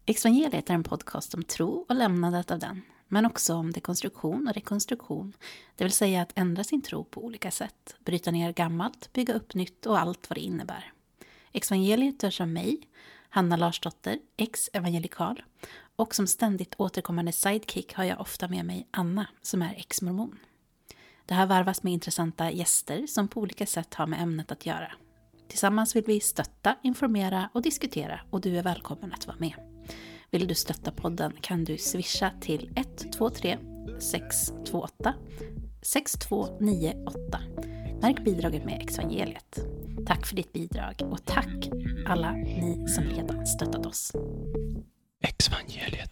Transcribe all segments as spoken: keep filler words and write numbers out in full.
Evangeliet är en podcast om tro och lämnandet av den, men också om dekonstruktion och rekonstruktion, det vill säga att ändra sin tro på olika sätt, bryta ner gammalt, bygga upp nytt och allt vad det innebär. Evangeliet görs av mig, Hanna Larsdotter, ex-evangelikal, och som ständigt återkommande sidekick har jag ofta med mig Anna, som är ex-mormon. Det här varvas med intressanta gäster som på olika sätt har med ämnet att göra. Tillsammans vill vi stötta, informera och diskutera, och du är välkommen att vara med. Vill du stötta podden kan du swisha till ett två tre sex två åtta sex två nio åtta. Märk bidraget med Evangeliet. Tack för ditt bidrag och tack alla ni som redan stöttat oss. Evangeliet.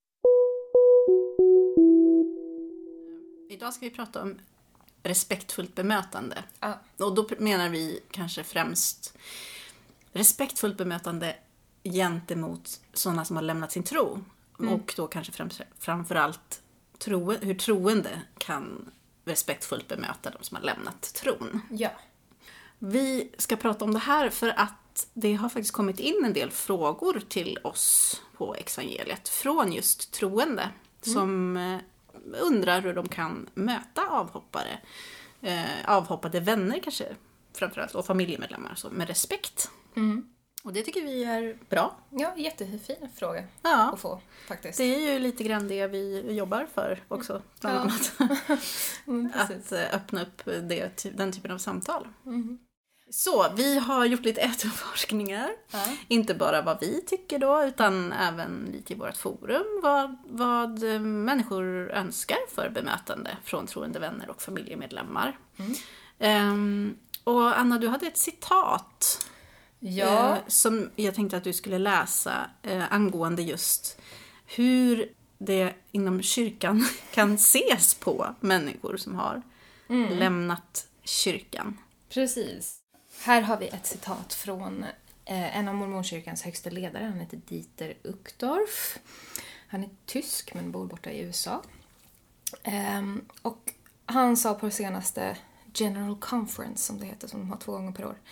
Idag ska vi prata om respektfullt bemötande. Ja. Och då menar vi kanske främst respektfullt bemötande gentemot sådana som har lämnat sin tro. Mm. Och då kanske främst, framförallt tro, hur troende kan respektfullt bemöta de som har lämnat tron. Ja. Vi ska prata om det här för att det har faktiskt kommit in en del frågor till oss på Evangeliet från just troende. Mm. Som undrar hur de kan möta avhoppare. Eh, avhoppade vänner kanske framförallt och familjemedlemmar så, med respekt. Mm. Och det tycker vi är bra. Ja, jättefin fråga ja. att få faktiskt. Det är ju lite grann det vi jobbar för också. Bland ja. annat. mm, att öppna upp det, den typen av samtal. Mm. Så, vi har gjort lite efterforskningar. Ja. Inte bara vad vi tycker då, utan även lite i vårt forum. Vad, vad människor önskar för bemötande från troende vänner och familjemedlemmar. Mm. Um, och Anna, du hade ett citat. Ja. Eh, som jag tänkte att du skulle läsa eh, angående just hur det inom kyrkan kan ses på människor som har mm. lämnat kyrkan. Precis. Här har vi ett citat från eh, en av mormonkyrkans högsta ledare. Han heter Dieter Uchtdorf. Han är tysk men bor borta i U S A. Ehm, och han sa på senaste General Conference, som det heter, som de har två gånger per år.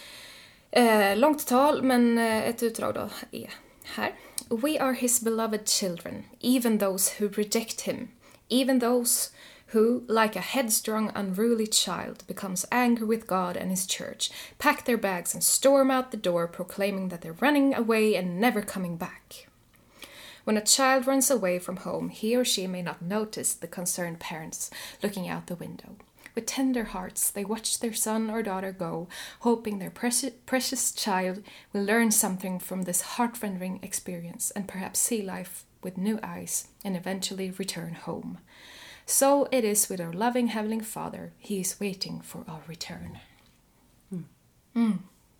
Eh, långt tal, men eh, ett utdrag då är här. We are his beloved children, even those who reject him, even those who, like a headstrong, unruly child, becomes angry with God and his church, pack their bags and storm out the door, proclaiming that they're running away and never coming back. When a child runs away from home, he or she may not notice the concerned parents looking out the window. With tender hearts, they watch their son or daughter go, hoping their precious, precious child will learn something from this heart-rending experience and perhaps see life with new eyes and eventually return home. So it is with our loving Heavenly Father. He is waiting for our return. Mm. Mm.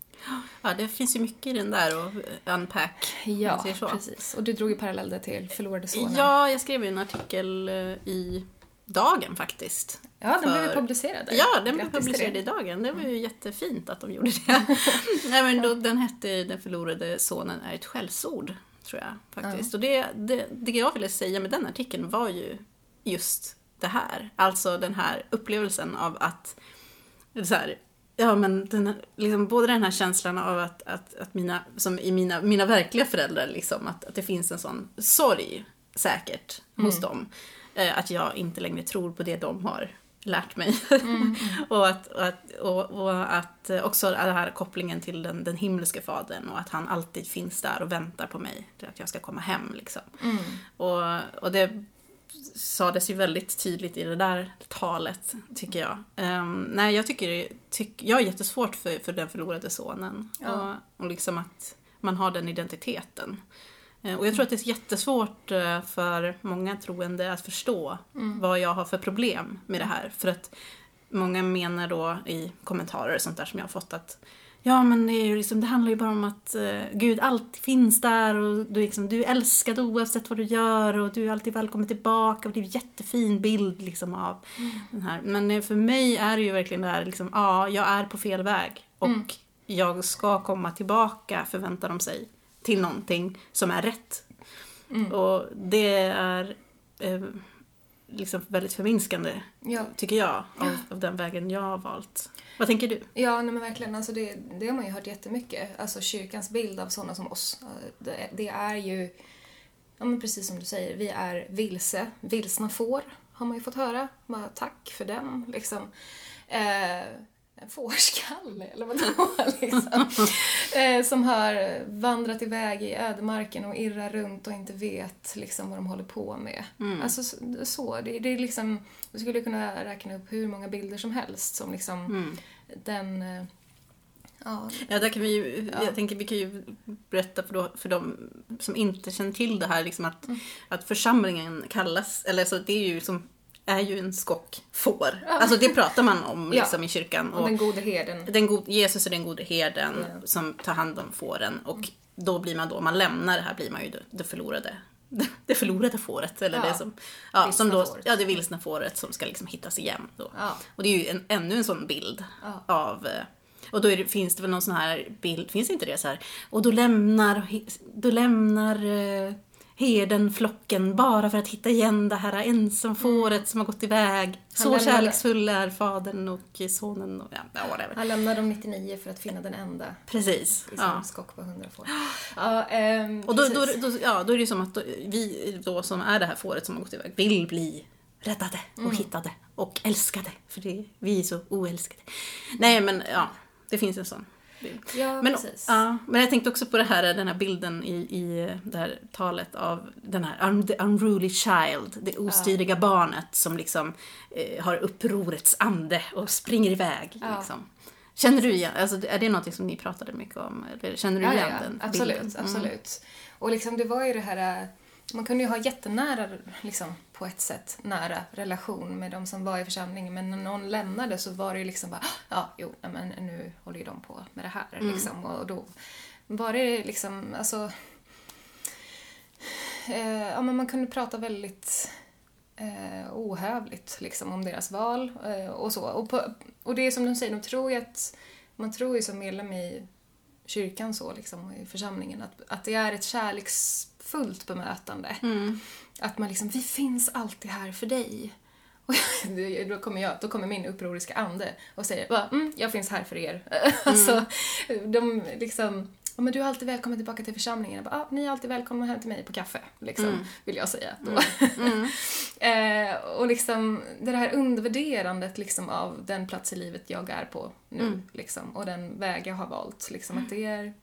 Ja, det finns ju mycket i den där och unpack. Ja, precis. Och du drog ju paralleller till Förlorade sonen. Ja, jag skrev ju en artikel i Dagen faktiskt. Ja, den för... blev publicerad. Ja, den blev publicerad i Dagen. Det var ju mm. jättefint att de gjorde det. Nej, men då, den hette Den förlorade sonen är ett skällsord, tror jag faktiskt. Ja. Och det, det, det jag ville säga med den artikeln var ju just det här. Alltså den här upplevelsen av att så här, ja, men den, liksom, både den här känslan av att, att, att mina, som i mina, mina verkliga föräldrar, liksom, att, att det finns en sån sorg säkert mm. hos dem. Eh, att jag inte längre tror på det de har lärt mig. Mm. och, att, och, att, och, och att också den här kopplingen till den, den himmelska fadern och att han alltid finns där och väntar på mig till att jag ska komma hem. Liksom. Mm. Och, och det sades ju väldigt tydligt i det där talet, tycker jag. Um, nej, jag tycker tyck, jag är jättesvårt för, för den förlorade sonen. Ja. Och, och liksom att man har den identiteten. Uh, och jag tror att det är jättesvårt uh, för många troende att förstå mm. vad jag har för problem med det här. För att många menar då i kommentarer och sånt där som jag har fått att ja, men det, är ju liksom, det handlar ju bara om att uh, Gud alltid finns där och du, liksom, du är älskad oavsett vad du gör och du är alltid välkommen tillbaka och det är en jättefin bild liksom, av mm. den här. Men för mig är det ju verkligen det här, liksom, ja, jag är på fel väg och mm. jag ska komma tillbaka, förväntar de sig, till någonting som är rätt. Mm. Och det är eh, liksom väldigt förminskande, ja. tycker jag, av, av den vägen jag har valt. Vad tänker du? Ja, nej, men verkligen. Alltså det, det har man ju hört jättemycket. Alltså kyrkans bild av sådana som oss. Det, det är ju ja men precis som du säger, vi är vilse, vilsna får har man ju fått höra. Bara, tack för den, liksom. Eh, en fårskalle, eller vad det var, liksom. eh, som har vandrat iväg i ödemarken och irrar runt och inte vet liksom vad de håller på med. Mm. Alltså så, det, det är liksom, du skulle kunna räkna upp hur många bilder som helst som liksom mm. den... Eh, Ja, ja, där kan vi ju, ja. jag tänker vi kan ju berätta för, då, för de som inte känner till det här liksom att, mm. att församlingen kallas, eller så det är ju som är ju en skock får. Ja. Alltså det pratar man om liksom, ja. i kyrkan. Och, och den gode herden. Den god, Jesus är den gode herden ja. som tar hand om fåren. Och mm. då blir man då, man lämnar det här blir man ju det, det förlorade. Det förlorade fåret. Eller ja. det som, ja, som då, fåret. Ja, det vilsna fåret som ska liksom hittas igen. Då. Ja. Och det är ju en, ännu en sån bild ja. av... Och då är det, finns det väl någon sån här bild, finns inte det så här? Och då lämnar, då lämnar eh, herden flocken bara för att hitta igen det här ensamfåret mm. som har gått iväg. Han så lämnar... kärleksfull är fadern och sonen. Och, ja, whatever. Han lämnar de nittionio för att finna den enda. Precis. Liksom ja. Skock på hundra får. Ja, ähm, och då, då, då, ja, då är det som att då, vi då som är det här fåret som har gått iväg vill bli räddade och mm. hittade och älskade. För det, vi är så oälskade. Nej men ja. Det finns en sån bild. Ja, men, precis. Ja, men jag tänkte också på det här, den här bilden i, i det här talet av den här the unruly child, det ostyriga ja. barnet som liksom eh, har upprorets ande och springer iväg. Ja. Liksom. Känner du igen, alltså, är det något som ni pratade mycket om? Eller känner du ja, igen ja, den absolut, bilden? absolut. Mm. Och liksom det var ju det här, man kunde ju ha jättenära, liksom, på ett sätt, nära relation med de som var i församlingen. Men när någon lämnade så var det ju liksom bara, ja, jo, men nu håller ju de på med det här. Mm. Liksom. Och då var det liksom, alltså, eh, ja, men man kunde prata väldigt eh, ohövligt liksom, om deras val eh, och så. Och, på, och det är som de säger, de tror ju att, man tror ju som medlem i kyrkan så liksom, i församlingen, att, att det är ett kärleksfullt bemötande. Mm. Att man liksom, vi finns alltid här för dig. Och då kommer, jag, då kommer min upproriska ande och säger, mm, jag finns här för er. Mm. Alltså, de liksom, men du är alltid välkommen tillbaka till församlingen. Jag bara, ah, ni är alltid välkomna hem till mig på kaffe, liksom, mm. vill jag säga då. Mm. Mm. eh, och liksom, det här undervärderandet liksom, av den plats i livet jag är på nu. Mm. Liksom, och den väg jag har valt. Liksom, att det är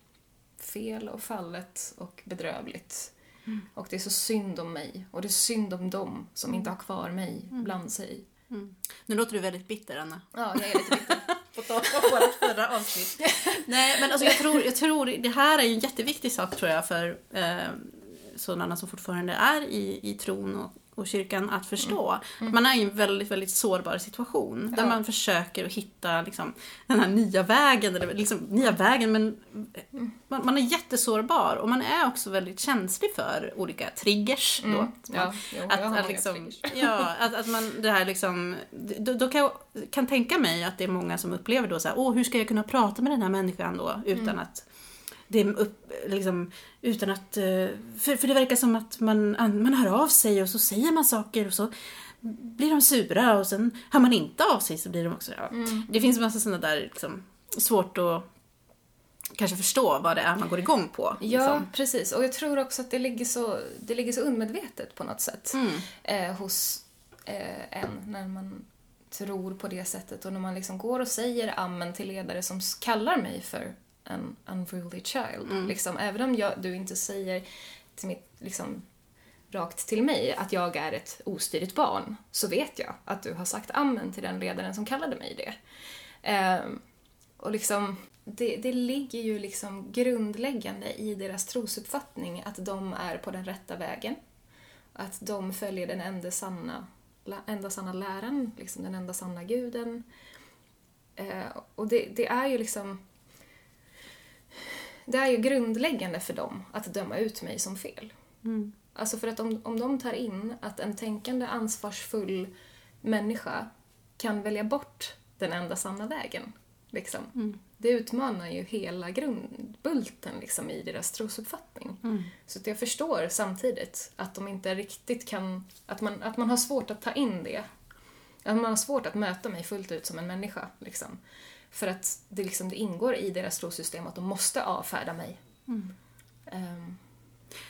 fel och fallet och bedrövligt. Mm. Och det är så synd om mig. Och det är synd om dem som mm. inte har kvar mig mm. bland sig. Mm. Nu låter du väldigt bitter, Anna. Ja, jag är lite bitter. På tal om vårt förra avsnitt. Nej, men alltså jag tror, jag tror det här är en jätteviktig sak, tror jag, för eh, sådana som fortfarande är i, i tron och, och kyrkan att förstå. Mm. Mm. Man är i en väldigt, väldigt sårbar situation. Ja. Där man försöker att hitta liksom, den här nya vägen. Eller liksom, nya vägen, men mm. man, man är jättesårbar. Och man är också väldigt känslig för olika triggers. Då. Mm. Ja, jo, att, att, liksom, ja, att, att man det här liksom, då, då kan jag kan tänka mig att det är många som upplever då så här, åh, hur ska jag kunna prata med den här människan då utan mm. att det är upp, liksom, utan att för, för det verkar som att man, man hör av sig och så säger man saker och så blir de sura och sen hör man inte av sig så blir de också, ja. Mm. Det finns en massa sådana där liksom, svårt att kanske förstå vad det är man går igång på. Ja, liksom. Precis. Och jag tror också att det ligger så, det ligger så undermedvetet på något sätt mm. eh, hos eh, en när man tror på det sättet och när man liksom går och säger amen till ledare som kallar mig för en unruly child. Mm. Liksom, även om jag, du inte säger till mitt, liksom, rakt till mig att jag är ett ostyrigt barn, så vet jag att du har sagt amen till den ledaren som kallade mig det. Eh, och liksom Det, det ligger ju liksom grundläggande i deras trosuppfattning att de är på den rätta vägen. Att de följer den enda sanna, enda sanna läran, liksom den enda sanna guden. Eh, och det, det är ju liksom det är ju grundläggande för dem att döma ut mig som fel. Mm. Alltså för att om, om de tar in att en tänkande, ansvarsfull människa kan välja bort den enda sanna vägen, liksom. Mm. Det utmanar ju hela grundbulten liksom, i deras trosuppfattning. Mm. Så att jag förstår samtidigt att de inte riktigt kan, att man, att man har svårt att ta in det. Att man har svårt att möta mig fullt ut som en människa. Liksom. För att det, liksom, det ingår i deras trosystem att de måste avfärda mig. Mm. Um,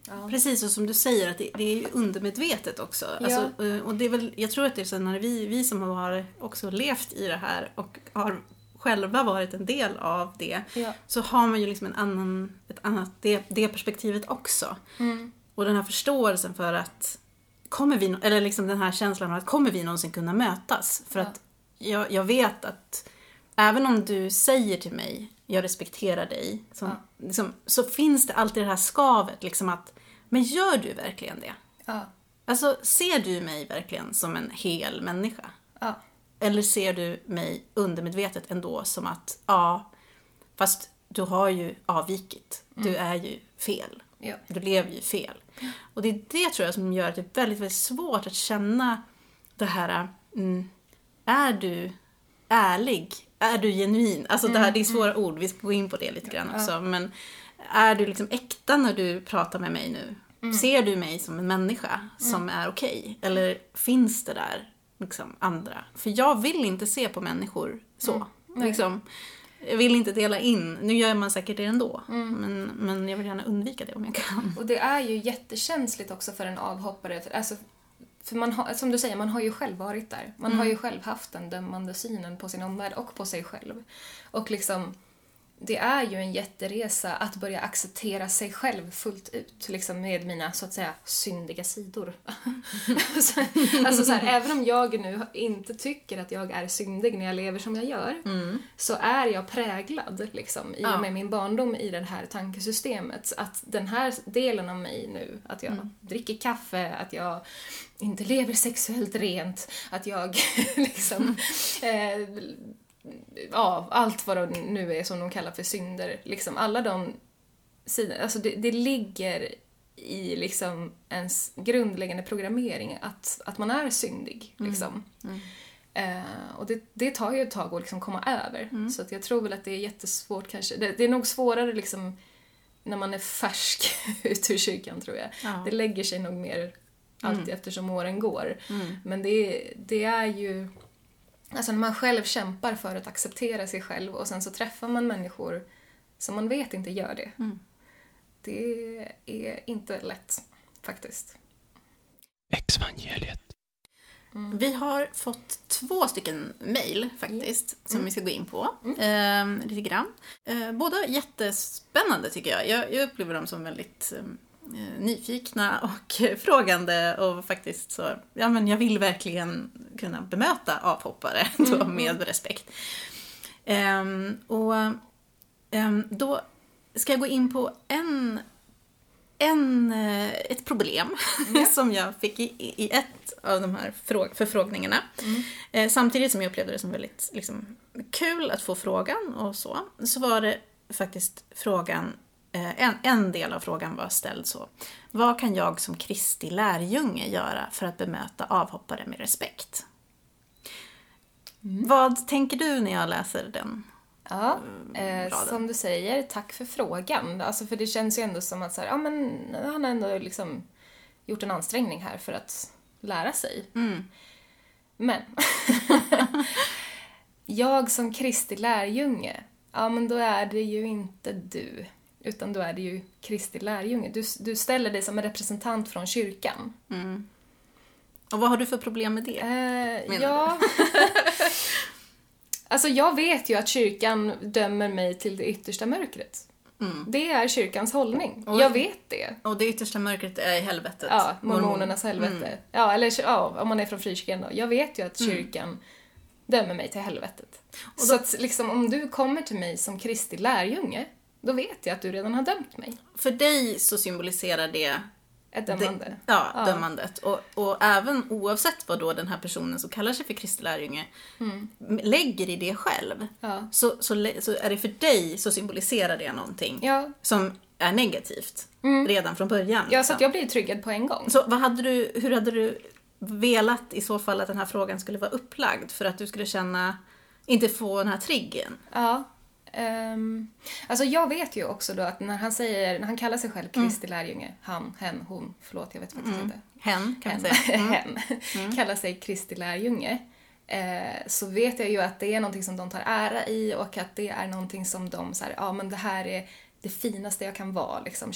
Ja. Precis, och som du säger, att det, det är ju undermedvetet också. Ja. Alltså, eh, och det är väl, jag tror att det är så när vi, vi som har också levt i det här och har själva varit en del av det, Ja. så har man ju liksom en annan, ett annat, det, det perspektivet också. Mm. Och den här förståelsen för att kommer vi, eller liksom den här känslan av att kommer vi någonsin kunna mötas? För Ja. att jag, jag vet att även om du säger till mig, jag respekterar dig, som, Ja. liksom, så finns det alltid det här skavet, liksom att, men gör du verkligen det? Ja. Alltså, ser du mig verkligen som en hel människa? Ja. Eller ser du mig undermedvetet ändå som att, ja, fast du har ju avvikit. Du är ju fel. Ja. Du lever ju fel. Och det är det, tror jag, som gör att det är väldigt, väldigt svårt att känna det här, mm, är du ärlig? Är du genuin? Alltså det här, det är svåra ord, vi ska gå in på det lite grann också. Ja. Men är du liksom äkta när du pratar med mig nu? Mm. Ser du mig som en människa som är okej? Eller finns det där liksom andra? För jag vill inte se på människor så. Mm. Nej. Liksom, jag vill inte dela in. Nu gör man säkert det ändå. Men, men jag vill gärna undvika det om jag kan. Och det är ju jättekänsligt också för en avhoppare. För, alltså, för man har, som du säger, man har ju själv varit där. Man har ju själv haft den dömande synen på sin omvärld och på sig själv. Och liksom, det är ju en jätteresa att börja acceptera sig själv fullt ut. Liksom med mina, så att säga, syndiga sidor. alltså, alltså så här, även om jag nu inte tycker att jag är syndig när jag lever som jag gör, Mm. så är jag präglad liksom, i Ja. och med min barndom i det här tankesystemet. Att den här delen av mig nu, att jag Mm. dricker kaffe, att jag inte lever sexuellt rent, att jag liksom... eh, ja, allt vad det nu är som de kallar för synder. Liksom, alla de sidor, alltså det, det ligger i liksom ens grundläggande programmering att, att man är syndig. Liksom. Mm. Eh, och det, det tar ju ett tag att liksom komma över. Mm. Så att jag tror väl att det är jättesvårt kanske. Det, det är nog svårare liksom när man är färsk ut ur kyrkan, tror jag. Ja. Det lägger sig nog mer alltid Mm. eftersom åren går. Mm. Men det, det är ju... Alltså när man själv kämpar för att acceptera sig själv och sen så träffar man människor som man vet inte gör det. Mm. Det är inte lätt, faktiskt. Exvangeliet. Vi har fått två stycken mejl faktiskt, som vi ska gå in på eh, lite grann. Eh, båda jättespännande tycker jag. jag. Jag upplever dem som väldigt eh, nyfikna och frågande och faktiskt så, ja men jag vill verkligen kunna bemöta avhoppare då, med respekt. Eh, och eh, då ska jag gå in på en En, ett problem Ja. som jag fick i, i ett av de här frå- förfrågningarna. Mm. Eh, samtidigt som jag upplevde det som väldigt liksom, kul att få frågan och så, så var det faktiskt frågan, eh, en, en del av frågan var ställd så. Vad kan jag som Kristi lärjunge göra för att bemöta avhoppare med respekt? Mm. Vad tänker du när jag läser den? Ja, eh, raden. som du säger, tack för frågan. Alltså för det känns ju ändå som att så här, ja, men han har ändå liksom gjort en ansträngning här för att lära sig. Mm. Men jag som Kristi lärjunge, ja men då är det ju inte du, utan då är det ju Kristi lärjunge. Du, du ställer dig som en representant från kyrkan. Mm. Och vad har du för problem med det? Eh, Menar ja. Alltså jag vet ju att kyrkan dömer mig till det yttersta mörkret. Mm. Det är kyrkans hållning. Oj. Jag vet det. Och det yttersta mörkret är i helvetet. Ja, mormonernas Mormon. helvete. Mm. Ja, eller ja, om man är från frikyrkan då. Jag vet ju att kyrkan dömer mig till helvetet. Och Så då- att liksom, om du kommer till mig som Kristi lärjunge, då vet jag att du redan har dömt mig. För dig så symboliserar det, Ett dömande. det ja, Ja. dömandet. Och, och även oavsett vad då den här personen som kallar sig för Kristi lärjunge lägger i det själv, Mm. Ja. så, så, lä- så är det för dig så symboliserar det någonting Ja, som är negativt redan från början. ja så att liksom. jag blir tryggad på en gång. Så vad hade du, hur hade du velat i så fall att den här frågan skulle vara upplagd för att du skulle känna, inte få den här triggern? Ja. Um, alltså jag vet ju också då att när han säger, när han kallar sig själv Kristi lärjunge, han, hen, hon, förlåt jag vet faktiskt inte. Hen, kan Hen, man säga. Mm. hen kallar sig Kristi lärjunge. Eh, så vet jag ju att det är någonting som de tar ära i och att det är någonting som de så här, ja men det här är det finaste jag kan vara, liksom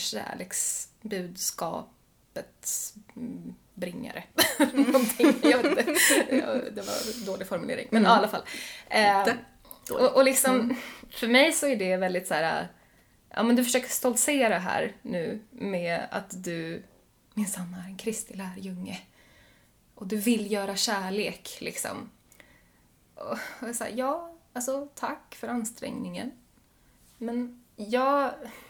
kärleksbudskapets mm, bringare. Någonting, jag vet inte. Det var en dålig formulering, men mm. i alla fall. Eh, och, och liksom, mm. för mig så är det väldigt så här, ja men du försöker stoltsera här nu med att du minsann är en Kristi lärjunge. Och du vill göra kärlek, liksom. Och jag sa, ja, alltså tack för ansträngningen. Men jag...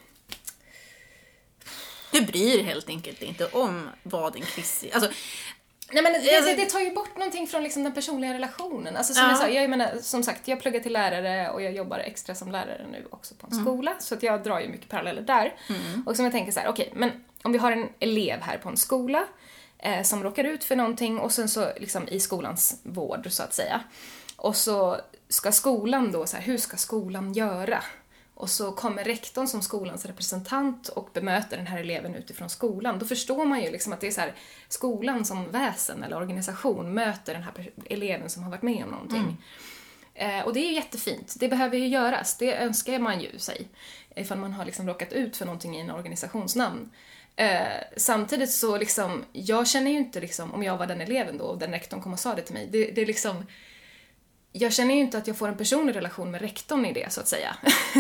Du bryr helt enkelt inte om vad en Kristi... Alltså, nej, men det, det tar ju bort någonting från liksom den personliga relationen. Alltså som ja. jag sa, jag menar, som sagt, jag pluggar till lärare och jag jobbar extra som lärare nu också på en mm. skola. Så att jag drar ju mycket paralleller där. Mm. Och som jag tänker så här, okej, okay, men om vi har en elev här på en skola eh, som råkar ut för någonting och sen så liksom i skolans vård så att säga. Och så ska skolan då, så här, hur ska skolan göra? Och så kommer rektorn som skolans representant och bemöter den här eleven utifrån skolan. Då förstår man ju liksom att det är så här, skolan som väsen eller organisation möter den här eleven som har varit med om någonting. Mm. Eh, och det är ju jättefint. Det behöver ju göras. Det önskar man ju sig. Ifall man har liksom råkat ut för någonting i en organisationsnamn. Eh, samtidigt så liksom, jag känner ju inte liksom, om jag var den eleven då och den rektorn kom och sa det till mig. Det, det är liksom... Jag känner ju inte att jag får en personlig relation med rektorn i det, så att säga.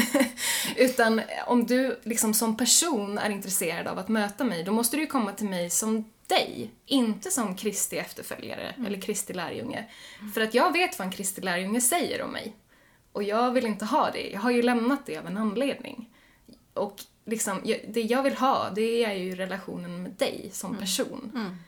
Utan om du liksom som person är intresserad av att möta mig, då måste du ju komma till mig som dig. Inte som Kristi efterföljare mm. eller Kristi lärjunge. Mm. För att jag vet vad en Kristi lärjunge säger om mig. Och jag vill inte ha det. Jag har ju lämnat det av en anledning. Och liksom, det jag vill ha, det är ju relationen med dig som person. Mm. Mm.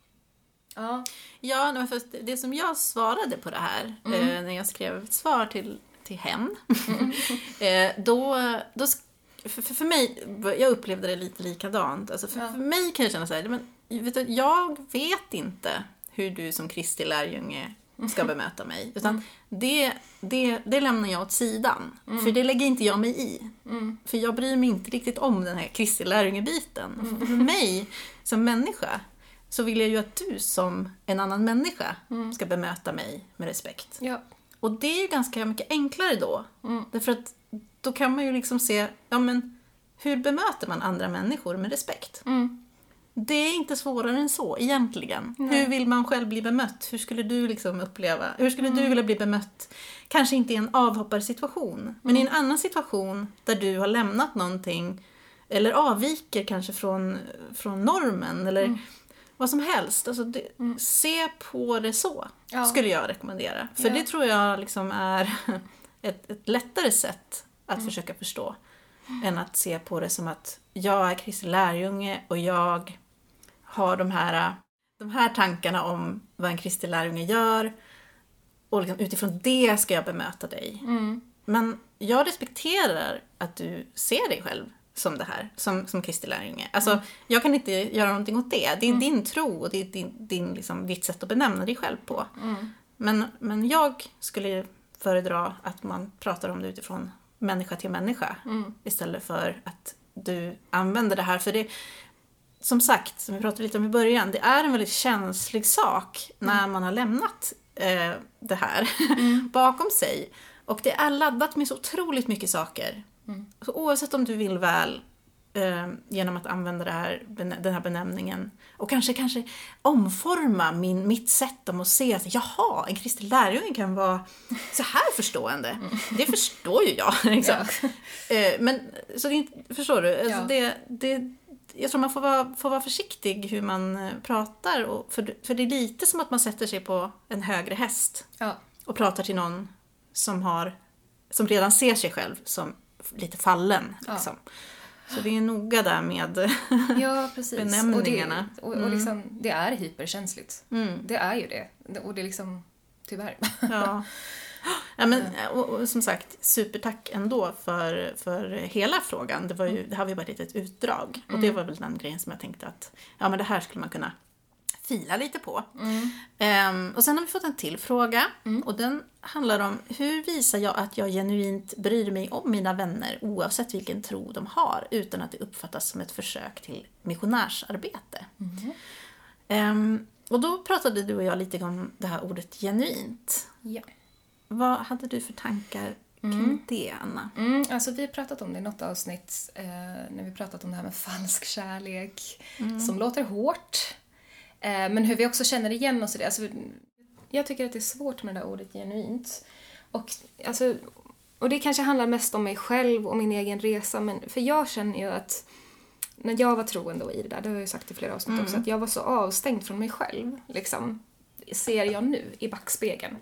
Ja, ja men först, det som jag svarade på det här mm. eh, när jag skrev ett svar till, till hen mm. eh, då, då för, för mig, jag upplevde det lite likadant. Alltså för, ja. för mig kan jag känna så här, men, vet du, jag vet inte hur du som Kristi lärjunge ska bemöta mig. Utan mm. det, det, det lämnar jag åt sidan. Mm. För det lägger inte jag mig i. Mm. För jag bryr mig inte riktigt om den här Kristi lärjungebiten. Mm. För, för mig som människa så vill jag ju att du som en annan människa mm. ska bemöta mig med respekt. Ja. Och det är ju ganska mycket enklare då. Mm. Därför att då kan man ju liksom se, ja men hur bemöter man andra människor med respekt? Mm. Det är inte svårare än så egentligen. Nej. Hur vill man själv bli bemött? Hur skulle du liksom uppleva? Hur skulle mm. du vilja bli bemött? Kanske inte i en avhopparsituation, mm. men i en annan situation där du har lämnat någonting eller avviker kanske från, från normen eller mm. vad som helst. Alltså det, mm. se på det så, ja. skulle jag rekommendera. För ja. det tror jag liksom är ett, ett lättare sätt att mm. försöka förstå mm. än att se på det som att jag är Kristi lärjunge och jag har de här, de här tankarna om vad en Kristi lärjunge gör och liksom utifrån det ska jag bemöta dig. Mm. Men jag respekterar att du ser dig själv som det här, som, som Kristi lärjunge. Alltså, mm. jag kan inte göra någonting åt det. Det är mm. din tro och det är din, din, liksom, ditt sätt att benämna dig själv på. Mm. Men, men jag skulle föredra att man pratar om det utifrån människa till människa. Mm. Istället för att du använder det här. För det, som sagt, som vi pratade lite om i början, det är en väldigt känslig sak när mm. man har lämnat eh, det här mm. bakom sig. Och det är laddat med så otroligt mycket saker. Mm. Så oavsett om du vill väl eh, genom att använda det här, den här benämningen och kanske, kanske omforma min, mitt sätt om att se att jaha, en Kristi lärjunge kan vara så här förstående. Mm. Det förstår ju jag. Liksom. Ja. Eh, men, så det är inte, förstår du? Alltså, ja. det, det, jag tror man får vara, får vara försiktig hur man pratar. Och, för, för det är lite som att man sätter sig på en högre häst ja. och pratar till någon som, har, som redan ser sig själv som lite fallen. Liksom. Ja. Så det är noga där med ja, precis. benämningarna. Och, det, och, och liksom, det är hyperkänsligt. Mm. Det är ju det. Och det är liksom, tyvärr. Ja. Ja, men, och, och, som sagt, supertack ändå för, för hela frågan. Det, var ju, det här var ju bara ett litet utdrag. Mm. Och det var väl den grejen som jag tänkte att ja, men det här skulle man kunna fila lite på. Mm. Um, och sen har vi fått en till fråga. Mm. Och den handlar om hur visar jag att jag genuint bryr mig om mina vänner oavsett vilken tro de har utan att det uppfattas som ett försök till missionärsarbete. Mm. Um, och då pratade du och jag lite om det här ordet genuint. Ja. Vad hade du för tankar kring det, Anna? Mm, alltså vi har pratat om det i något avsnitt eh, när vi pratat om det här med falsk kärlek mm. som låter hårt. Eh, men hur vi också känner igen oss i det. Alltså, jag tycker att det är svårt med det där ordet genuint. Och, alltså, och det kanske handlar mest om mig själv och min egen resa. Men, för jag känner ju att när jag var troende och i det där, det har jag ju sagt i flera avsnitt mm. också, att jag var så avstängd från mig själv. Liksom, ser jag nu i backspegeln.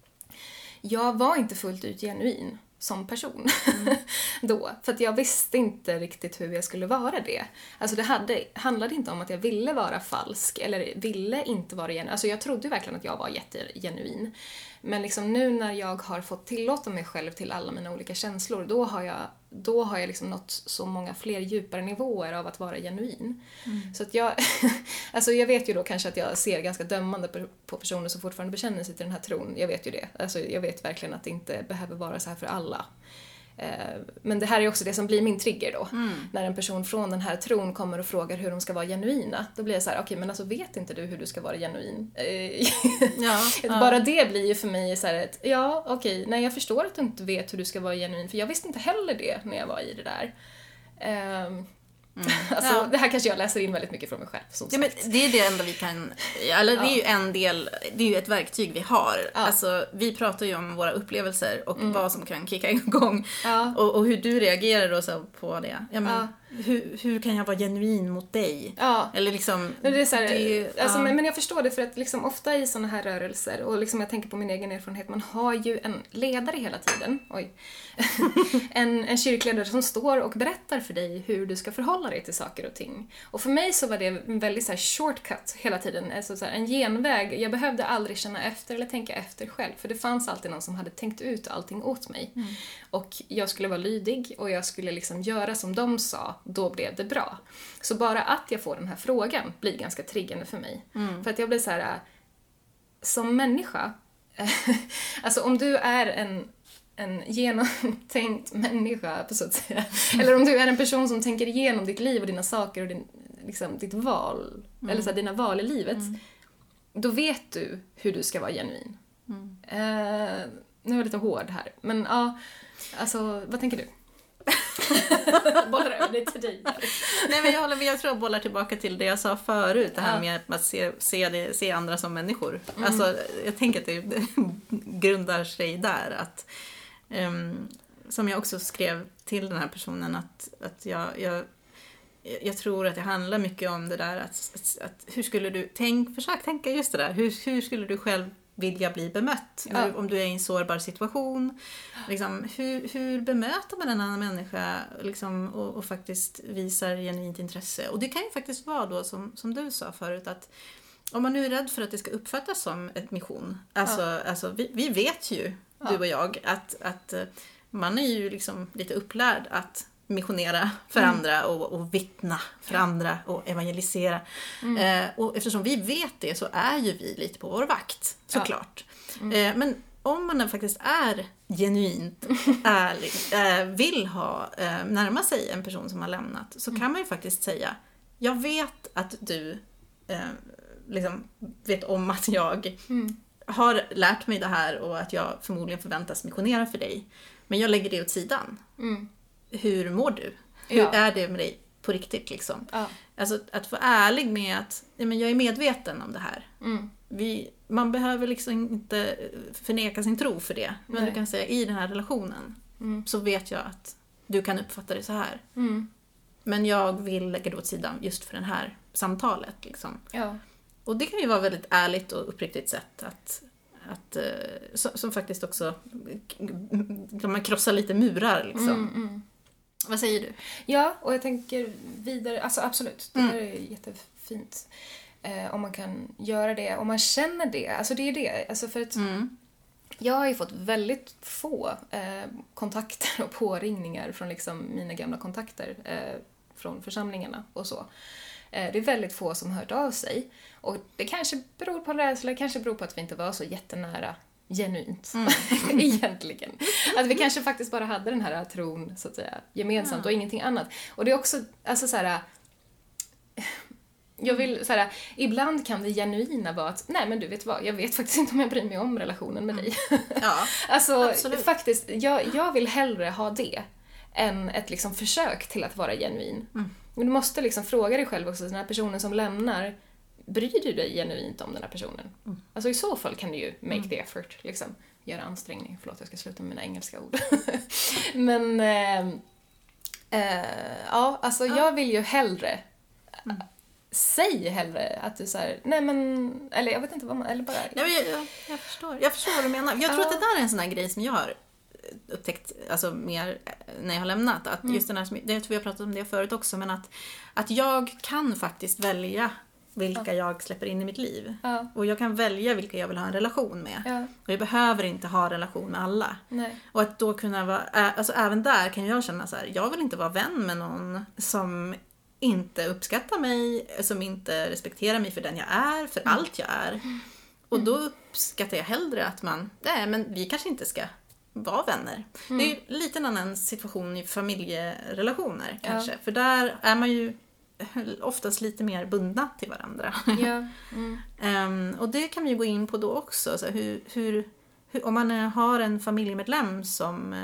Jag var inte fullt ut genuin som person mm. då. För att jag visste inte riktigt hur jag skulle vara det. Alltså det hade, handlade inte om att jag ville vara falsk eller ville inte vara genuin. Alltså jag trodde verkligen att jag var jättegenuin. Men liksom nu när jag har fått tillåta mig själv till alla mina olika känslor, då har jag, då har jag liksom nått så många fler djupare nivåer av att vara genuin. Mm. Så att jag, alltså jag vet ju då kanske att jag ser ganska dömande på personer som fortfarande bekänner sig till den här tron. Jag vet ju det. Alltså jag vet verkligen att det inte behöver vara så här för alla. Men det här är också det som blir min trigger då. Mm. När en person från den här tron kommer och frågar hur de ska vara genuina. Då blir jag så här, okej okay, men alltså vet inte du hur du ska vara genuin? Ja, bara ja. Det blir ju för mig så här ett, ja okej, okay, nej jag förstår att du inte vet hur du ska vara genuin. För jag visste inte heller det när jag var i det där. Um, Mm. Alltså, ja. Det här kanske jag läser in väldigt mycket från mig själv. Som ja, sagt. Men det är det enda vi kan, eller det är ju en del, det är ju ett verktyg vi har. Ja. Alltså, vi pratar ju om våra upplevelser och mm. vad som kan kicka igång. Ja. Och, och hur du reagerar då så på det. Ja, men, ja. Hur, hur kan jag vara genuin mot dig? Ja. Eller liksom, det är så här, det, alltså, ja. men, men jag förstår det för att liksom, ofta i såna här rörelser, och liksom, jag tänker på min egen erfarenhet, man har ju en ledare hela tiden. Oj. en, en kyrkledare som står och berättar för dig hur du ska förhålla dig till saker och ting. Och för mig så var det en väldigt så här, shortcut hela tiden. Alltså, så här, en genväg. Jag behövde aldrig känna efter eller tänka efter själv. För det fanns alltid någon som hade tänkt ut allting åt mig. Mm. Och jag skulle vara lydig och jag skulle liksom göra som de sa. Då blev det bra. Så bara att jag får den här frågan blir ganska triggande för mig. Mm. För att jag blir så här, som människa, alltså om du är en en genomtänkt människa, så att säga. Eller om du är en person som tänker igenom ditt liv och dina saker och din, liksom, ditt val, mm. eller så här, dina val i livet, mm. då vet du hur du ska vara genuin. Mm. Uh, nu är jag lite hård här, men ja, uh, alltså, vad tänker du? Bollar över det till dig. Nej, men jag håller med, jag tror jag bollar tillbaka till det jag sa förut, det här med att se, se, det, se andra som människor. Mm. Alltså, jag tänker att det grundar sig där, att Um, som jag också skrev till den här personen, att, att jag, jag, jag tror att det handlar mycket om det där att, att, att hur skulle du, tänk, försök tänka just det där, hur, hur skulle du själv vilja bli bemött ja. Om du är i en sårbar situation, liksom, hur, hur bemöter man en annan människa liksom, och, och faktiskt visar genuint intresse. Och det kan ju faktiskt vara då som, som du sa förut, att om man nu är rädd för att det ska uppfattas som ett mission, alltså, ja. alltså vi, vi vet ju ja. Du och jag, att, att man är ju liksom lite upplärd att missionera för mm. andra och, och vittna för ja. Andra och evangelisera. Mm. Eh, och eftersom vi vet det så är ju vi lite på vår vakt, såklart. Ja. Mm. Eh, men om man faktiskt är genuint ärlig, eh, vill ha, eh, närma sig en person som har lämnat, så mm. kan man ju faktiskt säga, jag vet att du eh, liksom vet om att jag mm. har lärt mig det här och att jag förmodligen förväntas missionera för dig. Men jag lägger det åt sidan. Mm. Hur mår du? Hur ja. Är det med dig på riktigt? Liksom? Ja. Alltså att få ärlig med att ja, men jag är medveten om det här. Mm. Vi, man behöver liksom inte förneka sin tro för det. Men Nej. Du kan säga, i den här relationen mm. så vet jag att du kan uppfatta det så här. Mm. Men jag vill lägga det åt sidan just för det här samtalet. Liksom. Ja. Och det kan ju vara väldigt ärligt och uppriktigt sätt att, att som, som faktiskt också kan man krossa lite murar liksom. Mm, mm. Vad säger du? Ja, och jag tänker vidare, alltså absolut, det mm. är jättefint eh, om man kan göra det, om man känner det, alltså det är det, alltså för att mm. jag har ju fått väldigt få eh, kontakter och påringningar från liksom mina gamla kontakter eh, från församlingarna och så. Det är väldigt få som har hört av sig. Och det kanske beror på rädsla, det kanske beror på att vi inte var så jättenära genuint. Mm. Egentligen. Att vi kanske faktiskt bara hade den här tron så att säga, gemensamt ja. Och ingenting annat. Och det är också, alltså så här, Jag vill, så här, ibland kan det genuina vara att, nej men du vet vad, jag vet faktiskt inte om jag bryr mig om relationen med dig. Ja, alltså, absolut. faktiskt, jag, jag vill hellre ha det än ett liksom försök till att vara genuin. Mm. Men du måste liksom fråga dig själv också, den här personen som lämnar, bryr du dig genuint om den här personen? Mm. Alltså i så fall kan du ju make mm. the effort, liksom. Göra ansträngning. Förlåt, jag ska sluta med mina engelska ord. Men, eh, eh, ja, alltså ja. jag vill ju hellre, mm. säg hellre att du såhär, nej men, eller jag vet inte vad man, eller bara... Ja, jag, jag, jag förstår, jag förstår vad du menar. Jag tror ja. att det där är en sån här grej som jag har upptäckt, alltså mer när jag har lämnat, att just den här, det, jag tror vi har pratat om det förut också, men att, att jag kan faktiskt välja vilka ja. jag släpper in i mitt liv. Ja. Och jag kan välja vilka jag vill ha en relation med. Ja. Och jag behöver inte ha en relation med alla. Nej. Och att då kunna vara, alltså även där kan jag känna så här, jag vill inte vara vän med någon som inte uppskattar mig, som inte respekterar mig för den jag är, för mm. allt jag är. Mm. Och då uppskattar jag hellre att man, nej men vi kanske inte ska vara vänner. Mm. Det är ju lite en annan situation i familjerelationer kanske. Ja. För där är man ju oftast lite mer bundna till varandra. Ja. Mm. um, och det kan vi ju gå in på då också. Så hur, hur, hur, om man har en familjemedlem som,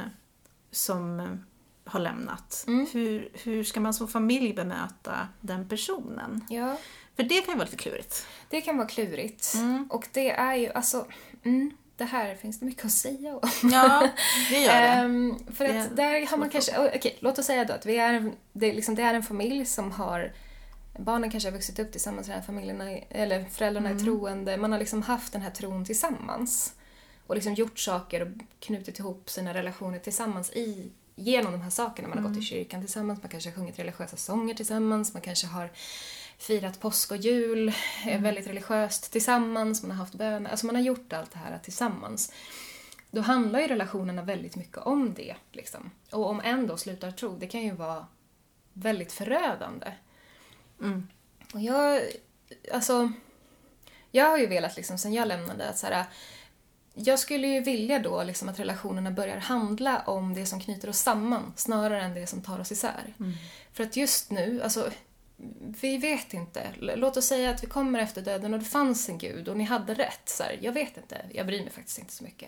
som har lämnat. Mm. Hur, hur ska man som familj bemöta den personen? Ja. För det kan ju vara lite klurigt. Det kan vara klurigt. Mm. Och det är ju, alltså... Mm. Det här finns det mycket att säga om. Ja, det gör det. um, för det att där har man kanske... Okej, okay, låt oss säga då att vi är, det, är liksom, det är en familj som har... Barnen kanske har vuxit upp tillsammans, den här familjerna, eller föräldrarna mm. är troende. Man har liksom haft den här tron tillsammans. Och liksom gjort saker och knutit ihop sina relationer tillsammans i, genom de här sakerna. Man har mm. gått i kyrkan tillsammans, man kanske har sjungit religiösa sånger tillsammans, man kanske har firat påsk och jul, mm. väldigt religiöst tillsammans, man har haft böner, alltså man har gjort allt det här tillsammans. Då handlar ju relationerna väldigt mycket om det, liksom. Och om en då slutar tro, det kan ju vara väldigt förödande. Mm. Och jag, alltså, jag har ju velat liksom, sen jag lämnade att så här, jag skulle ju vilja då liksom att relationerna börjar handla om det som knyter oss samman snarare än det som tar oss isär. Mm. För att just nu, alltså vi vet inte. Låt oss säga att vi kommer efter döden och det fanns en gud och ni hade rätt. Så här, jag vet inte, jag bryr mig faktiskt inte så mycket.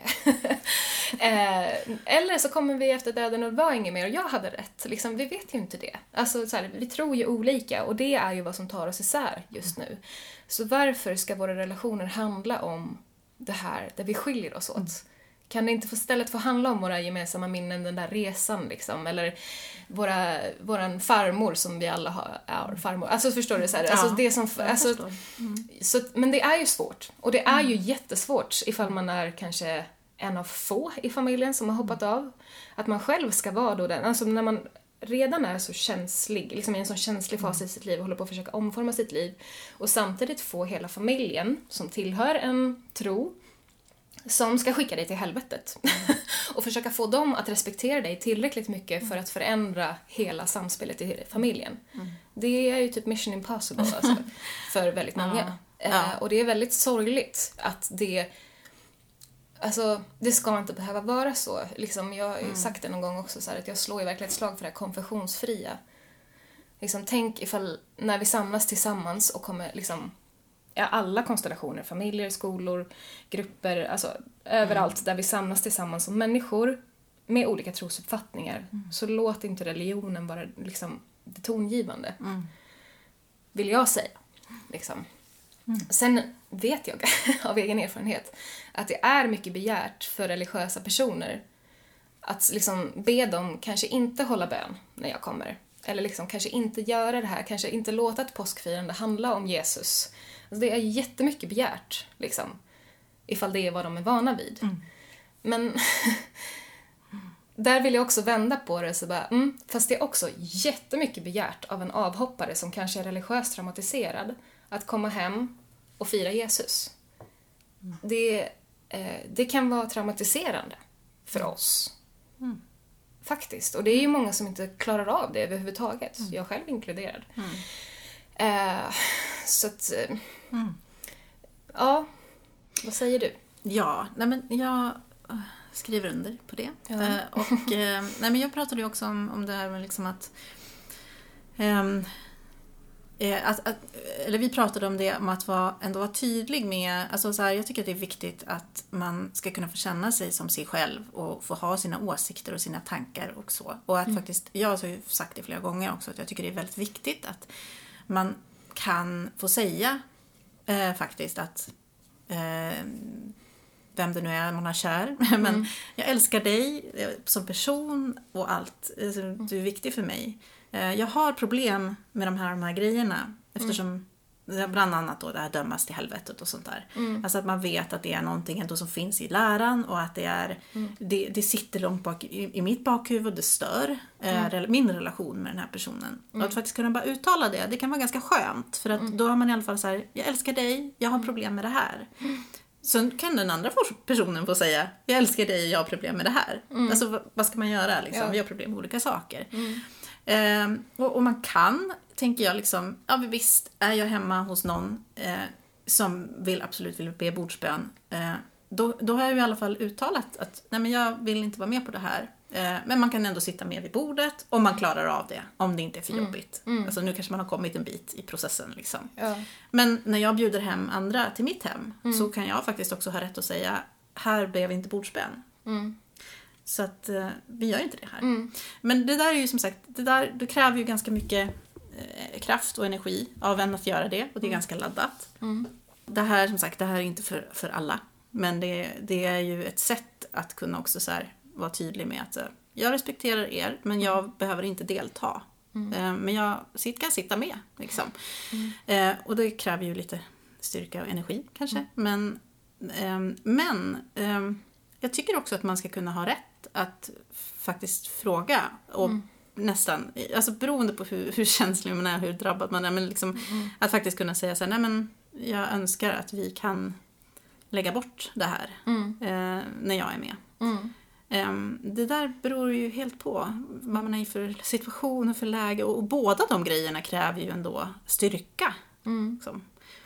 eh, eller så kommer vi efter döden och det var inget mer och jag hade rätt. Liksom, vi vet ju inte det. Alltså, så här, vi tror ju olika och det är ju vad som tar oss isär just nu. Så varför ska våra relationer handla om det här där vi skiljer oss åt? Mm. Kan det inte få stället få handla om våra gemensamma minnen, den där resan liksom, eller våra, våran farmor som vi alla har, är farmor. Alltså förstår du så här, ja, alltså det som, alltså, mm. så, men det är ju svårt. Och det är ju jättesvårt ifall man är kanske en av få i familjen som har hoppat av. Att man själv ska vara då den, alltså när man redan är så känslig, liksom i en sån känslig fas i sitt liv och håller på att försöka omforma sitt liv och samtidigt få hela familjen som tillhör en tro som ska skicka dig till helvetet. Mm. och försöka få dem att respektera dig tillräckligt mycket mm. för att förändra hela samspelet i familjen. Mm. Det är ju typ mission impossible alltså, för väldigt många. Ja. Ja. Uh, och det är väldigt sorgligt att det... Alltså, det ska inte behöva vara så. Liksom, jag har ju mm. sagt det någon gång också, så här, att jag slår ju verkligen ett slag för det här konfessionsfria. Liksom, tänk ifall när vi samlas tillsammans och kommer... Liksom, ja, alla konstellationer, familjer, skolor, grupper, alltså överallt mm. där vi samlas tillsammans som människor med olika trosuppfattningar. Mm. Så låt inte religionen vara liksom det tongivande. Mm. Vill jag säga. Liksom. Mm. Sen vet jag av egen erfarenhet att det är mycket begärt för religiösa personer att liksom be dem kanske inte hålla bön när jag kommer. Eller liksom kanske inte göra det här, kanske inte låta ett påskfirande handla om Jesus. Alltså det är jättemycket begärt, liksom, ifall det är vad de är vana vid. Mm. Men där vill jag också vända på det, så bara, mm, fast det är också jättemycket begärt av en avhoppare som kanske är religiöst traumatiserad att komma hem och fira Jesus. Mm. Det, eh, det kan vara traumatiserande för mm. oss. Mm. Faktiskt. Och det är ju många som inte klarar av det överhuvudtaget. Mm. Jag själv inkluderad. Mm. Eh, så att... Mm. Ja, vad säger du? Ja, nej men jag skriver under på det. Ja. Eh, och eh, nej men jag pratade ju också om, om det här med liksom att... Eh, eh, att, att, eller vi pratade om det, om att vara, ändå vara tydlig med, alltså så här, jag tycker att det är viktigt att man ska kunna få känna sig som sig själv och få ha sina åsikter och sina tankar och så. Och att mm. faktiskt, jag har ju sagt det flera gånger också, att jag tycker det är väldigt viktigt att man kan få säga eh, faktiskt att eh, vem det nu är man har kär, men mm. jag älskar dig som person och allt, du är viktig för mig. Jag har problem med de här, de här grejerna, eftersom mm. bland annat då det här dömas till helvetet och sånt där. Mm. Alltså att man vet att det är någonting ändå som finns i läran och att det är mm. det, det sitter långt bak i, i mitt bakhuvud, det stör mm. eh, min relation med den här personen. Mm. Och att faktiskt kunna bara uttala det, det kan vara ganska skönt, för att mm. då har man i alla fall så här, jag älskar dig, jag har problem med det här. Mm. Sen kan den andra personen få säga, jag älskar dig, jag har problem med det här. Mm. Alltså vad, vad ska man göra liksom? Ja. Vi har problem med olika saker. Mm. Eh, och, och man kan, tänker jag liksom, ja visst, är jag hemma hos någon eh, som vill absolut vill be bordsbön, eh, då, då har jag i alla fall uttalat att nej men jag vill inte vara med på det här. Eh, men man kan ändå sitta med vid bordet om man klarar av det, om det inte är för mm. jobbigt. Mm. Alltså nu kanske man har kommit en bit i processen liksom. Ja. Men när jag bjuder hem andra till mitt hem mm. så kan jag faktiskt också ha rätt att säga, här ber vi inte bordsbön. Mm. Så att eh, vi gör inte det här. Mm. Men det där är ju som sagt, det där det kräver ju ganska mycket eh, kraft och energi av en att göra det, och det är mm. ganska laddat. Mm. Det här som sagt, det här är inte för, för alla, men det, det är ju ett sätt att kunna också så här vara tydlig med att jag respekterar er, men jag mm. behöver inte delta. Mm. Eh, men jag kan sitta med liksom. Mm. Eh, och det kräver ju lite styrka och energi kanske. Mm. Men, eh, men eh, jag tycker också att man ska kunna ha rätt att faktiskt fråga och mm. nästan, alltså beroende på hur, hur känslig man är, hur drabbad man är, men liksom mm. att faktiskt kunna säga så här, nej men jag önskar att vi kan lägga bort det här mm. eh, när jag är med. Mm. Um, det där beror ju helt på vad man är i för situation och för läge, och, och båda de grejerna kräver ju ändå styrka. Mm. Liksom.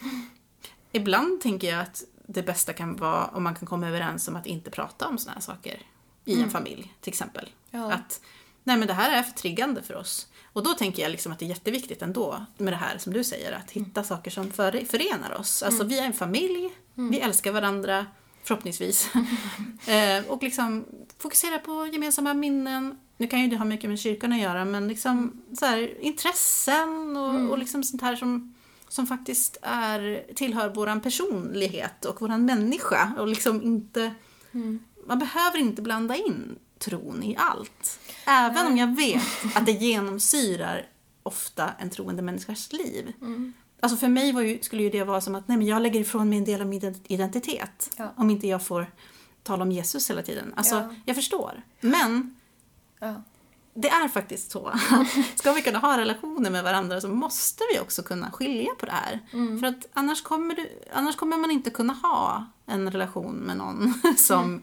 Ibland tänker jag att det bästa kan vara om man kan komma överens om att inte prata om såna här saker i mm. en familj till exempel. Ja. Att nej men det här är för triggande för oss. Och då tänker jag liksom att det är jätteviktigt ändå med det här som du säger, att hitta mm. saker som för, förenar oss. Alltså mm. vi är en familj, mm. vi älskar varandra förhoppningsvis. eh, och liksom fokusera på gemensamma minnen. Nu kan ju det ha mycket med kyrkan att göra, men liksom så här, intressen och, mm. och liksom sånt här som, som faktiskt är, tillhör våran personlighet och våran människa. Och liksom inte, mm. man behöver inte blanda in tron i allt. Även Nej. om jag vet att det genomsyrar ofta en troende människas liv. Mm. Alltså för mig var ju, skulle ju det vara som att nej, men jag lägger ifrån mig en del av min identitet. Ja. Om inte jag får tala om Jesus hela tiden. Alltså, ja. jag förstår. Men ja. det är faktiskt så. Ska vi kunna ha relationer med varandra så måste vi också kunna skilja på det här. Mm. För att annars kommer, du, annars kommer man inte kunna ha en relation med någon som mm.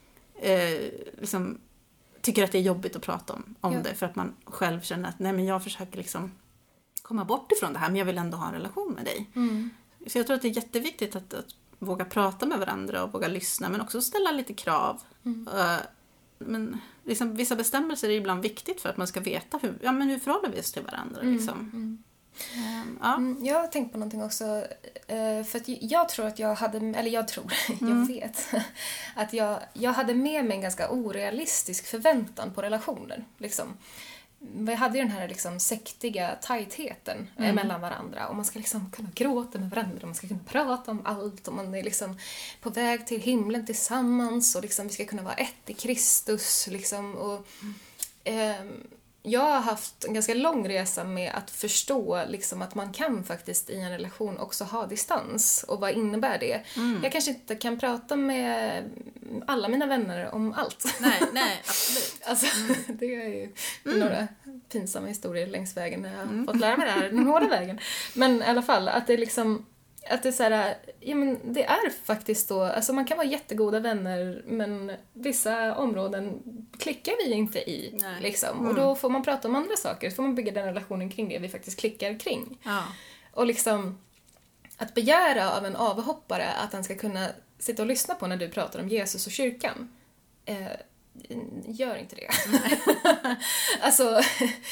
eh, liksom, tycker att det är jobbigt att prata om, om ja. det. För att man själv känner att nej, men jag försöker liksom komma bort ifrån det här, men jag vill ändå ha en relation med dig. Mm. Så jag tror att det är jätteviktigt att, att våga prata med varandra och våga lyssna, men också ställa lite krav. Mm. Uh, men liksom, vissa bestämmelser är ibland viktigt för att man ska veta hur, ja, men hur förhåller vi oss till varandra. Mm. Liksom. Mm. Um, ja. mm, jag har tänkt på någonting också, uh, för att jag tror att jag hade, eller jag tror, mm. jag vet, att jag, jag hade med mig en ganska orealistisk förväntan på relationer. Liksom. Vi hade ju den här liksom sektiga tajtheten mm. mellan varandra, och man ska liksom kunna gråta med varandra, och man ska kunna prata om allt, och man är liksom på väg till himlen tillsammans, och liksom vi ska kunna vara ett i Kristus liksom. Och eh, jag har haft en ganska lång resa med att förstå liksom att man kan faktiskt i en relation också ha distans, och vad innebär det? Mm. Jag kanske inte kan prata med alla mina vänner om allt. Nej, nej, absolut. Alltså, mm. det är ju mm. några pinsamma historier längs vägen när jag har mm. fått lära mig det här den hårda vägen. Men i alla fall, att det liksom, att det är så här, ja men det är faktiskt då, alltså man kan vara jättegoda vänner, men vissa områden klickar vi inte i. Nej. Liksom. Mm. Och då får man prata om andra saker, så får man bygga den relationen kring det vi faktiskt klickar kring. Ja. Och liksom att begära av en avhoppare att han ska kunna sitta och lyssna på när du pratar om Jesus och kyrkan, eh, gör inte det. Alltså,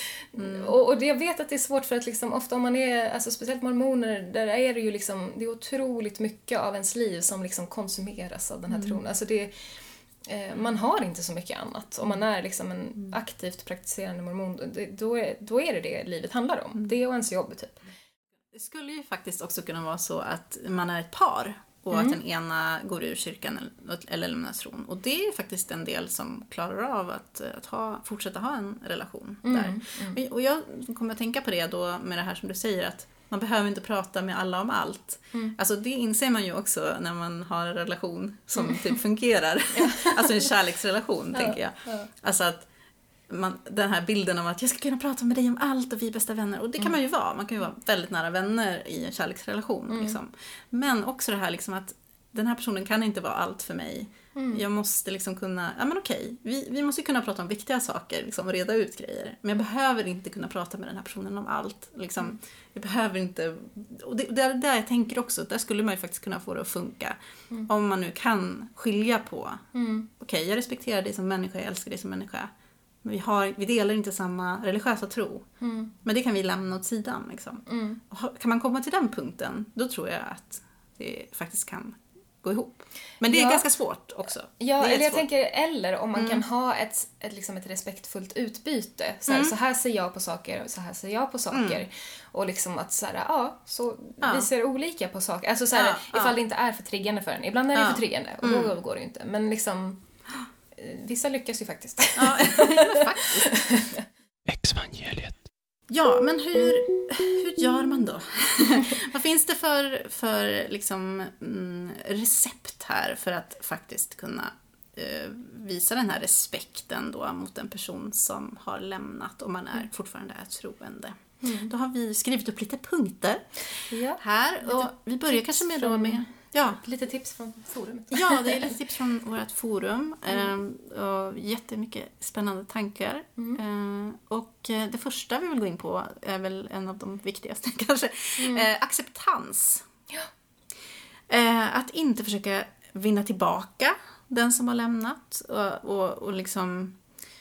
mm. och, och det, jag vet att det är svårt för att liksom, ofta om man är, alltså speciellt mormoner, där är det ju liksom, det är otroligt mycket av ens liv som liksom konsumeras av den här mm. tron. Alltså det, eh, man har inte så mycket annat. Om man är liksom en mm. aktivt praktiserande mormon, det, då, är, då är det det livet handlar om. Mm. Det och ens jobb, typ. Det skulle ju faktiskt också kunna vara så att man är ett par och mm. att den ena går ur kyrkan eller, eller lämnar tron. Och det är faktiskt en del som klarar av att, att ha, fortsätta ha en relation mm. där. Mm. Och jag kommer att tänka på det då med det här som du säger, att man behöver inte prata med alla om allt. Mm. Alltså det inser man ju också när man har en relation som mm. typ fungerar. Alltså en kärleksrelation, ja, tänker jag. Ja. Alltså att man, den här bilden av att jag ska kunna prata med dig om allt och vi är bästa vänner. Och det kan mm. man ju vara. Man kan ju vara väldigt nära vänner i en kärleksrelation. Mm. Liksom. Men också det här liksom att den här personen kan inte vara allt för mig. Mm. Jag måste liksom kunna, ja men okej, vi, vi måste kunna prata om viktiga saker, liksom, och reda ut grejer. Men jag behöver inte kunna prata med den här personen om allt. Liksom. Mm. Jag behöver inte, och det, det är där jag tänker också, där skulle man ju faktiskt kunna få det att funka. Mm. Om man nu kan skilja på, mm. okej, jag respekterar dig som människa, jag älskar dig som människa. Men vi, har, vi delar inte samma religiösa tro. Mm. Men det kan vi lämna åt sidan. Liksom. Mm. Och kan man komma till den punkten, då tror jag att det faktiskt kan gå ihop. Men det är ja. ganska svårt också. Ja, eller jag tänker, eller om man mm. kan ha ett, ett, liksom ett respektfullt utbyte. Så här, mm. så här ser jag på saker och så här ser jag på saker. Mm. Och liksom att så här, ja, så ja. vi ser olika på saker. Alltså så här, ja. ifall ja. det inte är för triggande för en. Ibland är det ja. för triggande och då mm. går det ju inte. Men liksom, vissa lyckas ju faktiskt. Ja, faktiskt. Exvangeliet. Ja, men hur, hur gör man då? Vad finns det för, för liksom, mm, recept här för att faktiskt kunna eh, visa den här respekten då mot en person som har lämnat och man är mm. fortfarande är troende? Mm. Då har vi skrivit upp lite punkter ja. här och vi börjar kanske med då med... Ja. Lite tips från forumet. Ja, det är lite tips från vårt forum. Mm. Eh, och jättemycket spännande tankar. Mm. Eh, och det första vi vill gå in på är väl en av de viktigaste kanske. Mm. Eh, acceptans. Ja. Eh, att inte försöka vinna tillbaka den som har lämnat. Och, och, och liksom...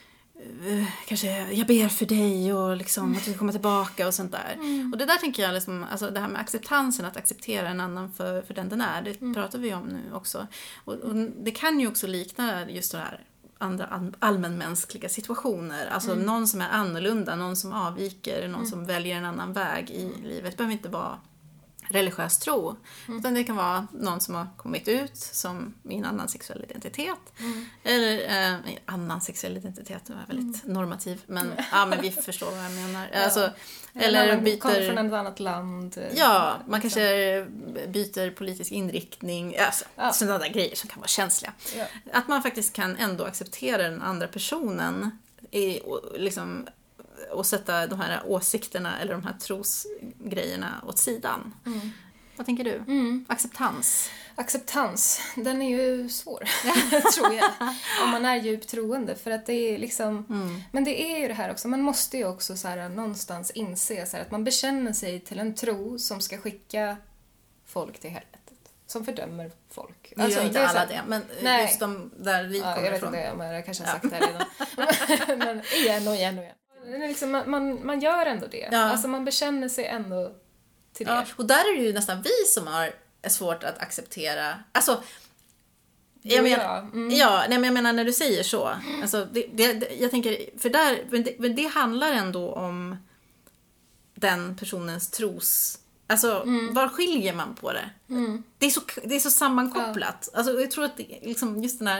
kanske jag ber för dig och liksom att du kommer tillbaka och sånt där. Mm. Och det där tänker jag liksom, alltså det här med acceptansen, att acceptera en annan för, för den den är, det mm. pratar vi om nu också. Och, och det kan ju också likna just det här andra allmänmänskliga situationer. Alltså mm. någon som är annorlunda, någon som avviker, någon mm. som väljer en annan väg i livet. Det behöver inte vara religiös tro. Mm. Utan det kan vara någon som har kommit ut som i en annan sexuell identitet. Mm. Eller eh, annan sexuell identitet, det var väldigt mm. normativ. Men, ja, men vi förstår vad jag menar. Ja. Alltså, eller eller byter... kommer från ett annat land. Ja, man liksom. kanske byter politisk inriktning. Alltså, ja. Sådana där grejer som kan vara känsliga. Ja. Att man faktiskt kan ändå acceptera den andra personen i, liksom... och sätta de här åsikterna eller de här trosgrejerna åt sidan. Mm. Vad tänker du? Mm. Acceptans. Acceptans, den är ju svår, tror jag. Om man är djupt troende. För att det är liksom... Mm. Men det är ju det här också. Man måste ju också så här, någonstans inse så här, att man bekänner sig till en tro som ska skicka folk till helvetet. Som fördömer folk. Nu alltså, gör inte alla det, men nej. Just de där vi kommer ja, jag vet ifrån. Inte, men jag kanske har sagt ja. det redan. Men igen och igen och igen. Liksom, man, man, man gör ändå det. Ja. Alltså man bekänner sig ändå till det. Ja, och där är det ju nästan vi som har svårt att acceptera. Alltså, jag menar, mm. ja, nej, men jag menar när du säger så. Alltså, det, det, jag tänker, för där, men det, men det handlar ändå om den personens tros... Alltså, mm. var skiljer man på det? Mm. Det, är så, det är så sammankopplat. Ja. Alltså, jag tror att det, liksom, just den här...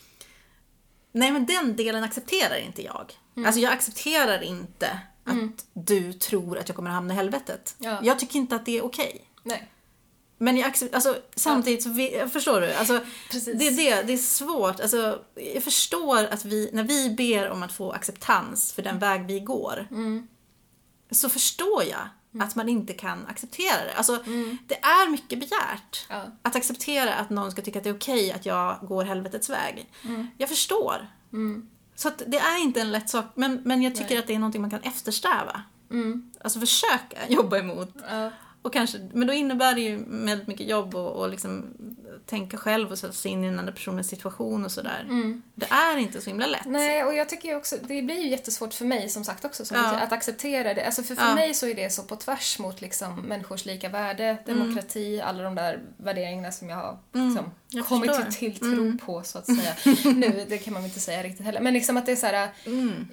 Nej, men den delen accepterar inte jag. Mm. Alltså jag accepterar inte att mm. du tror att jag kommer att hamna i helvetet. Ja. Jag tycker inte att det är okej. Nej. Men jag accepterar, alltså, samtidigt så vi, förstår du, alltså, det, det, det är svårt. Alltså, jag förstår att vi, när vi ber om att få acceptans för den väg vi går, mm. så förstår jag mm. att man inte kan acceptera det. Alltså, mm. det är mycket begärt ja. att acceptera att någon ska tycka att det är okej att jag går helvetets väg. Mm. Jag förstår. Mm. Så att det är inte en lätt sak, men, men jag tycker Nej. att det är någonting man kan eftersträva. Mm. Alltså försöka jobba emot. Ja. Och kanske, men då innebär det ju väldigt mycket jobb och, och liksom tänka själv och sätta sig in i den andra personens situation och sådär. Mm. Det är inte så himla lätt. Nej, och jag tycker ju också, det blir ju jättesvårt för mig som sagt också, som Ja. du säger, att acceptera det. Alltså för, för Ja. mig så är det så på tvärs mot liksom människors lika värde, demokrati, Mm. alla de där värderingarna som jag har Mm. liksom, Jag kommit förstår. till tilltro Mm. på, så att säga. Nu, det kan man inte säga riktigt heller. Men liksom att det är så här. Mm.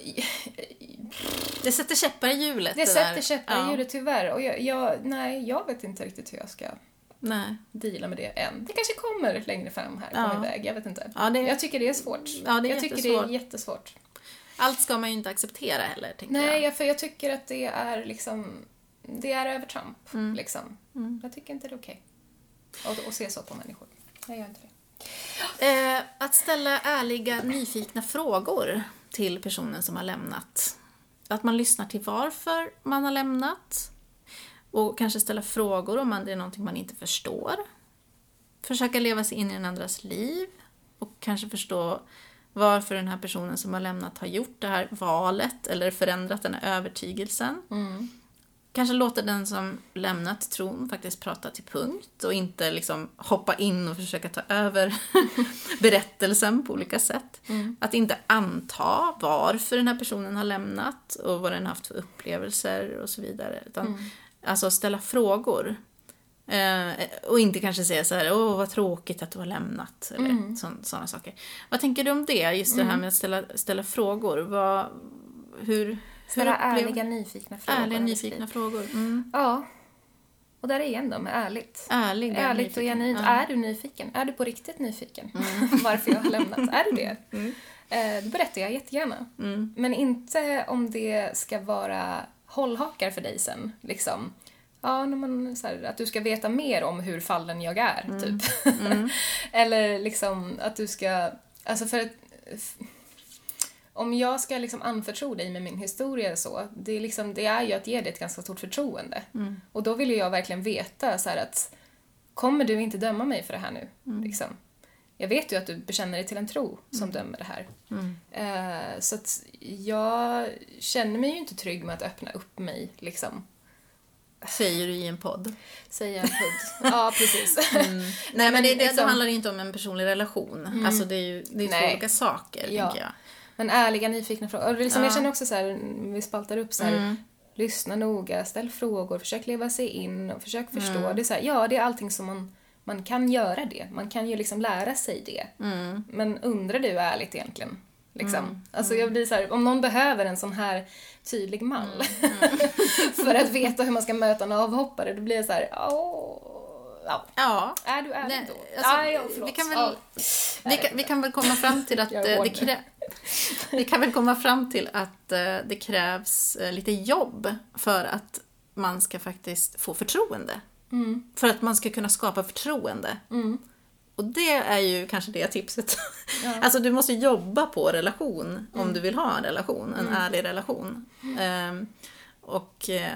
Det sätter käppar i hjulet. Det, Det sätter där. käppar Ja. i hjulet tyvärr. Och jag, jag, nej, jag vet inte riktigt hur jag ska Nej. deala med det än. Det kanske kommer längre fram här på Ja. min väg, jag vet inte. Ja, det- Jag tycker det är svårt. Ja, det är jag tycker det jättesvårt. är jättesvårt. Allt ska man ju inte acceptera heller, tänker Nej, jag. jag, för jag tycker att det är liksom, det är övertramp, Mm. liksom. Mm. Jag tycker inte det är okej. Och, och se så på människor. Jag gör inte det. Eh, att ställa ärliga, nyfikna frågor till personen som har lämnat. Att man lyssnar till varför man har lämnat. Och kanske ställa frågor om det är någonting man inte förstår. Försöka leva sig in i den andras liv. Och kanske förstå varför den här personen som har lämnat har gjort det här valet. Eller förändrat den här övertygelsen. Mm. Kanske låta den som lämnat tron faktiskt prata till punkt och inte liksom hoppa in och försöka ta över berättelsen på olika sätt. Mm. Att inte anta varför den här personen har lämnat och vad den har haft för upplevelser och så vidare. Utan Mm. alltså ställa frågor. Eh, och inte kanske säga så här: åh vad tråkigt att du har lämnat. Eller Mm. sådana saker. Vad tänker du om det? Just det här med att ställa, ställa frågor. Vad, hur... Ställa hur upplever- ärliga, nyfikna frågor. Ärliga, har vi nyfikna skrivit. frågor. Mm. Ja. Och där är igen då med ärligt. Ärlig, Ärligt och genuint. Ja. Är du nyfiken? Är du på riktigt nyfiken? Varför jag har lämnat? Är du det? Mm. Eh, det berättar jag jättegärna. Mm. Men inte om det ska vara hållhakar för dig sen. Liksom. Ja, när man, så här, att du ska veta mer om hur fallen jag är, Mm. typ. Eller liksom att du ska... Alltså för att... Om jag ska liksom anförtro dig med min historia så, det är, liksom, det är ju att ge dig ett ganska stort förtroende. Mm. Och då vill ju jag verkligen veta så här att kommer du inte döma mig för det här nu? Mm. Liksom. Jag vet ju att du bekänner dig till en tro som dömer det här. Mm. Eh, så att jag känner mig ju inte trygg med att öppna upp mig, liksom. Säger du i en podd. Säga en pudd. Ja, precis. Mm. Nej, men det, det, liksom- det handlar inte om en personlig relation. Alltså det är ju det är två Nej. olika saker, Ja. tänker jag. Men ärliga, nyfikna frågor. Och liksom, Ja. Jag känner också så här, vi spaltar upp så här, Mm. lyssna noga, ställ frågor, försök leva sig in och försök förstå. Mm. Det är så här, ja, det är allting som man, man kan göra det. Man kan ju liksom lära sig det. Mm. Men undrar du ärligt egentligen? Liksom. Mm. Alltså jag blir så här, om någon behöver en sån här tydlig mall Mm. för att veta hur man ska möta en avhoppare, då blir jag så här, åh, ja. Ja. Är du ärlig Nej, då? alltså, Aj, ja, förlåt. vi kan väl- Ja. Vi kan, vi kan väl komma fram till att Jag eh, är det hård nu. krä... Vi kan väl komma fram till att eh, det krävs eh, lite jobb för att man ska faktiskt få förtroende. Mm. För att man ska kunna skapa förtroende. Mm. Och det är ju kanske det tipset. Ja. Alltså du måste jobba på relation om du vill ha en relation, en ärlig relation. Ehm, och eh,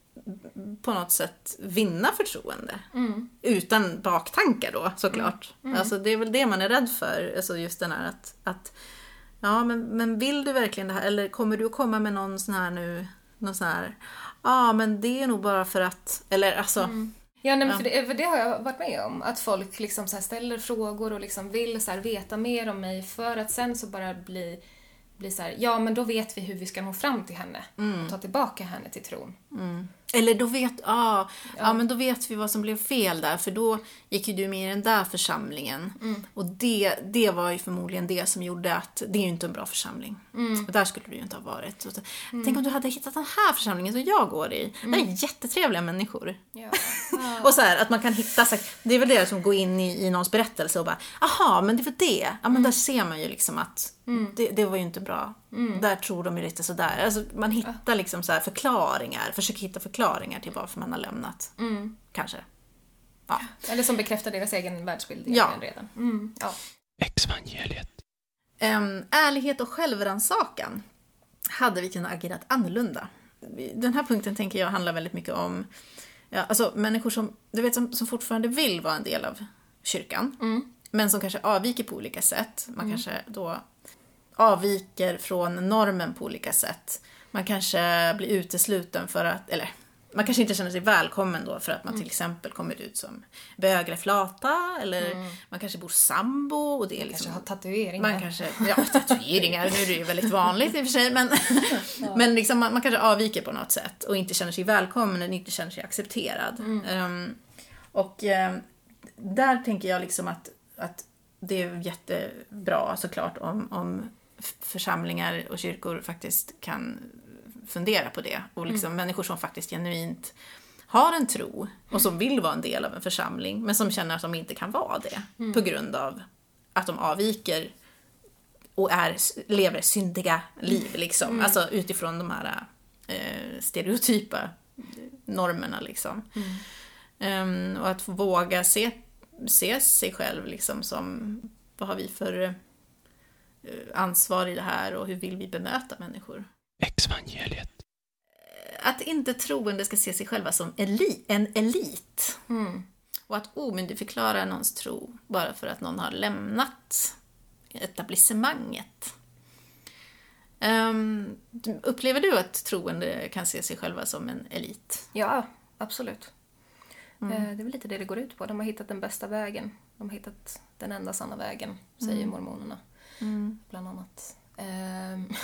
på något sätt vinna förtroende. Mm. Utan baktankar då, såklart. Alltså det är väl det man är rädd för. Alltså just den här att, att ja men, men vill du verkligen det här? Eller kommer du att komma med någon sån här nu, någon sån här, ja ah, men det är nog bara för att, eller alltså, Ja, nej, men Ja. för, det, för det har jag varit med om. Att folk liksom så här ställer frågor och liksom vill så här veta mer om mig för att sen så bara bli, bli så här, ja men då vet vi hur vi ska nå fram till henne och ta tillbaka henne till tron. eller då vet, ah, ja. men då vet vi vad som blev fel där, för då gick ju du med i den där församlingen. Och det, det var ju förmodligen det som gjorde att det är ju inte en bra församling. Och där skulle du ju inte ha varit. Så, tänk om du hade hittat den här församlingen som jag går i. Det är jättetrevliga människor. Ja. Och så här, att man kan hitta, så här, det är väl det som går in i, i någons berättelse och bara, aha, men det var det. Ja, men där ser man ju liksom att det, det var ju inte bra. Där tror de ju lite sådär. Alltså, man hittar liksom så här förklaringar, försöker hitta förklaringar till varför man har lämnat. Kanske. Ja. Eller som bekräftar deras egen världsbild Ja. egentligen redan. Mm. Ja. Exvangeliet. Um, ärlighet och självrannsakan hade vi kunnat agerat annorlunda. Den här punkten tänker jag handlar väldigt mycket om ja, alltså människor som, du vet, som, som fortfarande vill vara en del av kyrkan. Mm. Men som kanske avviker på olika sätt. Man kanske då avviker från normen på olika sätt. Man kanske blir utesluten för att, eller man kanske inte känner sig välkommen då för att man till exempel kommer ut som bög eller flata, eller mm. man kanske bor sambo och det är man liksom, kanske har tatueringar. Man kanske, ja, tatueringar, nu är det ju väldigt vanligt i och för sig, men, ja. men liksom man, man kanske avviker på något sätt och inte känner sig välkommen eller inte känner sig accepterad. Mm. Um, och um, där tänker jag liksom att, att det är jättebra såklart om, om församlingar och kyrkor faktiskt kan fundera på det. Och liksom mm. människor som faktiskt genuint har en tro och som vill vara en del av en församling men som känner att de inte kan vara det mm. på grund av att de avviker och är, lever syndiga liv liksom. Mm. Alltså utifrån de här eh, stereotypa normerna liksom. Mm. Um, och att våga se, se sig själv liksom som, vad har vi för uh, ansvar i det här och hur vill vi bemöta människor? Evangeliet. Att inte troende ska se sig själva som eli- en elit. Mm. Och att omyndigförklara någons tro bara för att någon har lämnat etablissemanget. Um, upplever du att troende kan se sig själva som en elit? Ja, absolut. Mm. Eh, det är väl lite det det går ut på. De har hittat den bästa vägen. De har hittat den enda sanna vägen, säger mm. mormonerna. Mm. Bland annat. Um,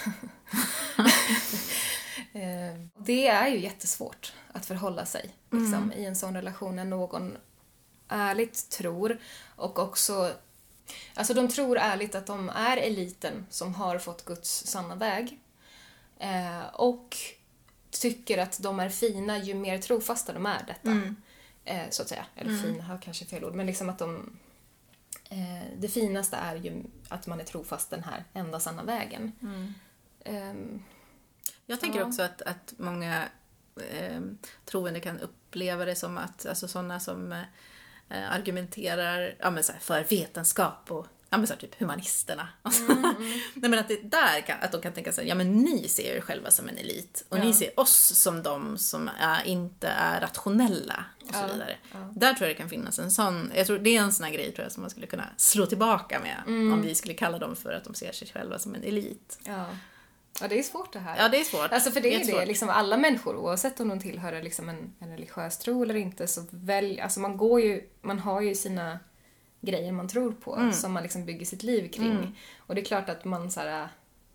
det är ju jättesvårt att förhålla sig liksom, mm. i en sån relation när någon ärligt tror och också, alltså de tror ärligt att de är eliten som har fått Guds sanna väg eh, och tycker att de är fina ju mer trofasta de är detta mm. eh, så att säga, eller mm. fina har kanske fel ord, men liksom att de Eh, det finaste är ju att man är trofast den här enda sanna vägen. Mm. Um, Jag tänker ja. också att, att många eh, troende kan uppleva det som att alltså sådana som eh, argumenterar ja, men så här, för vetenskap och ja, men så här, typ humanisterna. Mm, mm. Nej, men att, det där kan, att de kan tänka sig ja men ni ser er själva som en elit och ja. ni ser oss som de som är, inte är rationella och så ja. vidare. Ja. Där tror jag det kan finnas en sån, jag tror det är en sån här grej tror jag som man skulle kunna slå tillbaka med mm. om vi skulle kalla dem för att de ser sig själva som en elit. Ja. Ja, det är svårt det här. Ja, det är svårt. Alltså för det är det, är det. Liksom alla människor, oavsett om de tillhör liksom en, en religiös tro eller inte, så välj, alltså man går ju, man har ju sina grejer man tror på mm. som man liksom bygger sitt liv kring. Mm. Och det är klart att man så här,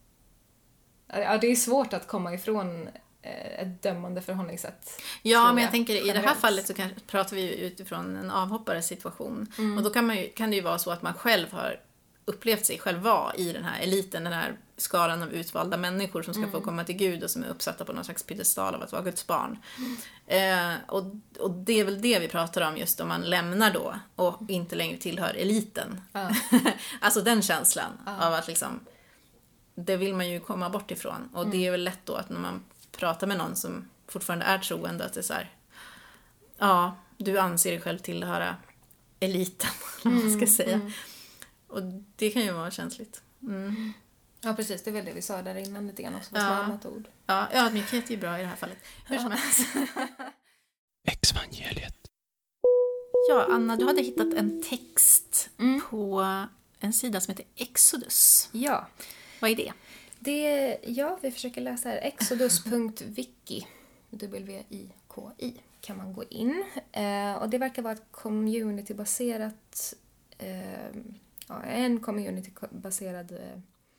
ja, det är svårt att komma ifrån ett dömande förhållningssätt. Ja, men jag tänker generellt. I det här fallet så kan, pratar vi utifrån en avhoppares situation. Mm. Och då kan, man ju, kan det ju vara så att man själv har upplevt sig själv vara i den här eliten, den här skaran av utvalda människor som ska mm. få komma till Gud och som är uppsatta på någon slags piedestal av att vara Guds barn. Mm. Eh, och, och det är väl det vi pratar om just om man lämnar då och inte längre tillhör eliten. Mm. Alltså den känslan mm. av att liksom, det vill man ju komma bort ifrån. Och mm. det är väl lätt då att när man pratar med någon som fortfarande är troende att det är så här, ja, du anser dig själv tillhöra eliten, mm. vad man ska säga. Mm. Och det kan ju vara känsligt. Mm. Ja, precis. Det är väl det vi sa där innan lite grann också. Ja. Ett ord. Ja, ödmjukhet är ju bra i det här fallet. Hur som helst. Evangeliet. Ja, Anna, du hade hittat en text mm. på en sida som heter Exodus. Ja. Vad är det? Det, ja, vi försöker läsa här. Exodus punkt wiki. W I K I kan man gå in. Eh, och det verkar vara ett communitybaserat eh, ja, en communitybaserad eh,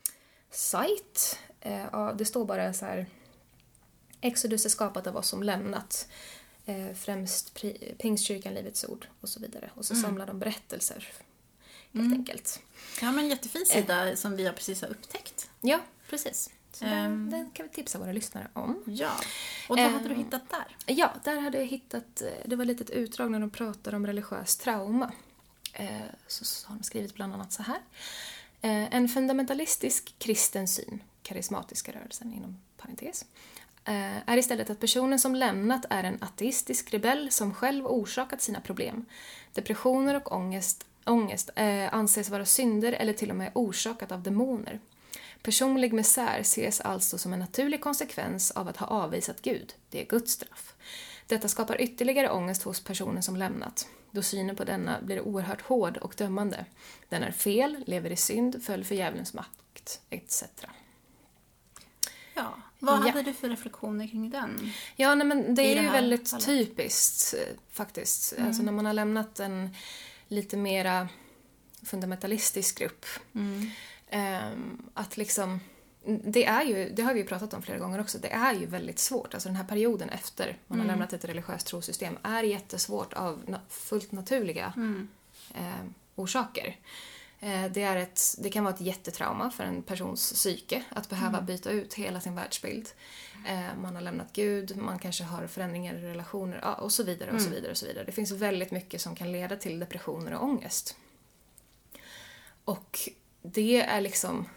sajt. Eh, ja, det står bara så här: Exodus är skapat av oss som lämnat. Eh, främst pri- Pingstkyrkan, Livets ord och så vidare. Och så mm. samlar de berättelser helt mm. enkelt. Ja, men en jättefin sida eh. som vi har precis har upptäckt. Ja, precis. Så um, den, den kan vi tipsa våra lyssnare om. Ja, och vad um, hade du hittat där? Ja, där hade jag hittat, det var lite ett utdrag när de pratar om religiös trauma. Eh, så, så har de skrivit bland annat så här. Eh, en fundamentalistisk kristen syn, karismatiska rörelsen inom parentes, eh, är istället att personen som lämnat är en ateistisk rebell som själv orsakat sina problem. Depressioner och ångest, ångest eh, anses vara synder eller till och med orsakat av demoner. Personlig misär ses alltså som en naturlig konsekvens av att ha avvisat Gud. Det är Guds straff. Detta skapar ytterligare ångest hos personen som lämnat. Då synen på denna blir oerhört hård och dömande. Den är fel, lever i synd, föll för djävulens makt, et cetera. Ja, Vad Ja. hade du för reflektioner kring den? Ja, nej, men det I är det ju här väldigt fallet? typiskt eh, faktiskt. Mm. Alltså när man har lämnat en lite mera fundamentalistisk grupp. Mm. Ehm, att liksom, det är ju, det har vi ju pratat om flera gånger också, det är ju väldigt svårt. Alltså den här perioden efter man har Mm. lämnat ett religiöst trosystem är jättesvårt av na- fullt naturliga Mm. eh, orsaker. Eh, det, är ett, det kan vara ett jättetrauma för en persons psyke att behöva Mm. byta ut hela sin världsbild. Eh, man har lämnat Gud, man kanske har förändringar i relationer ja, och så vidare och så Mm. vidare och så vidare. Det finns väldigt mycket som kan leda till depressioner och ångest. Och det är liksom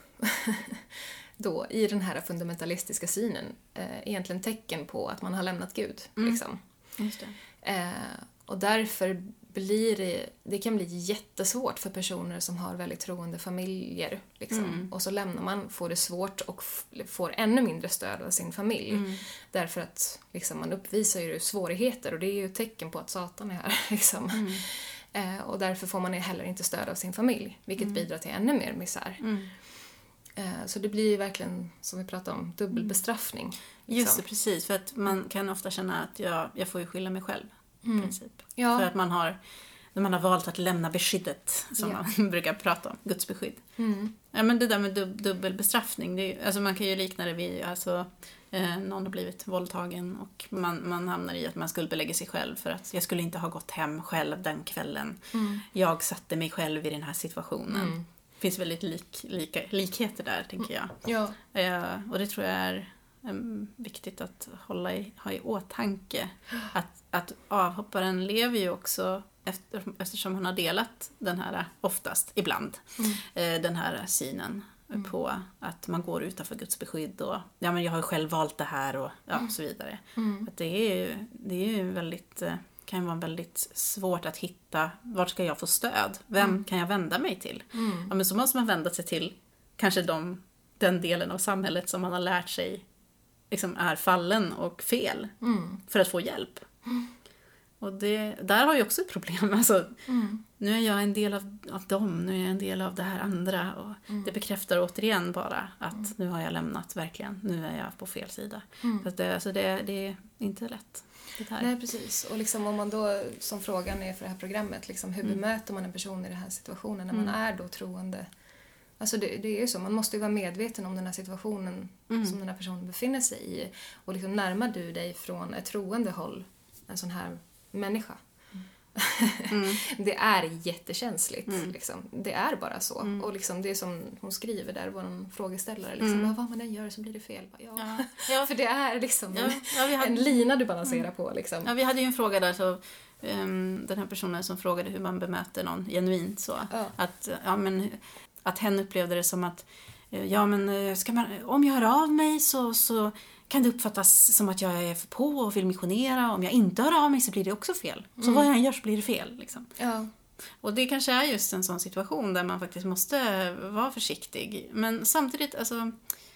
då i den här fundamentalistiska synen eh, egentligen tecken på att man har lämnat Gud. Mm. Liksom. Just det. Eh, och därför blir det, det kan bli jättesvårt för personer som har väldigt troende familjer. Liksom. Mm. Och så lämnar man, får det svårt och f- får ännu mindre stöd av sin familj. Mm. Därför att liksom, man uppvisar ju svårigheter och det är ju ett tecken på att Satan är här. Liksom. Mm. Eh, och därför får man heller inte stöd av sin familj, vilket Mm. bidrar till ännu mer misär. Mm. Eh, så det blir ju verkligen, som vi pratade om, dubbelbestraffning. Liksom. Just det, precis. För att man kan ofta känna att jag, jag får ju skylla mig själv. I Mm. princip. Ja. För att man har, när man har valt att lämna beskyddet, som Ja. man brukar prata om, Guds beskydd. Mm. Ja, men det där med dub, dubbelbestraffning, det är, ju- alltså man kan ju likna det vid, alltså, eh, någon har blivit våldtagen och man, man hamnar i att man skuldbelägger sig själv för att jag skulle inte ha gått hem själv den kvällen. Mm. Jag satte mig själv i den här situationen. Mm. Det finns väldigt lik, lika, likheter där, tänker jag. Ja. Eh, och det tror jag är um, viktigt att hålla i, ha i åtanke. Att, att avhopparen lever ju också, efter, eftersom hon har delat den här, oftast, ibland, Mm. eh, den här synen Mm. på att man går utanför Guds beskydd och ja, men jag har ju själv valt det här och ja, så vidare. Mm. Att det är ju, det är ju väldigt, eh, kan vara väldigt svårt att hitta, vart ska jag få stöd? Vem Mm. kan jag vända mig till? Mm. Ja, men så måste man vända sig till kanske de, den delen av samhället som man har lärt sig liksom är fallen och fel Mm. för att få hjälp. Och det, där har jag också ett problem. Alltså, Mm. nu är jag en del av, av dem, nu är jag en del av det här andra. Och Mm. det bekräftar återigen bara att nu har jag lämnat verkligen, nu är jag på fel sida. Mm. Så att det, alltså det, det är inte lätt. Det här. Nej, precis. Och liksom om man då, som frågan är för det här programmet, liksom, hur Mm. bemöter man en person i den här situationen när Mm. man är då troende? Alltså det, det är ju så, man måste ju vara medveten om den här situationen Mm. som den här personen befinner sig i. Och liksom närmar du dig från ett troende håll, en sån här människa. Mm. Det är jättekänsligt. Mm. Liksom. Det är bara så. Mm. Och liksom det som hon skriver där, vår frågeställare, liksom, Mm. ja, vad man än gör så blir det fel. Bara, ja. Ja. Ja. För det är liksom Ja, en, ja, vi hade, en lina du balanserar på. Liksom. ja, vi hade ju en fråga där, så, um, den här personen som frågade hur man bemöter någon genuint så. Ja. Att, ja, men, att hen upplevde det som att eh, ja, men, eh, ska man, om jag hör av mig så, så kan det uppfattas som att jag är för på och vill missionera. Om jag inte hör av mig så blir det också fel. Så Mm. vad jag än gör så blir det fel. Liksom. Ja. Och det kanske är just en sån situation där man faktiskt måste vara försiktig. Men samtidigt, alltså...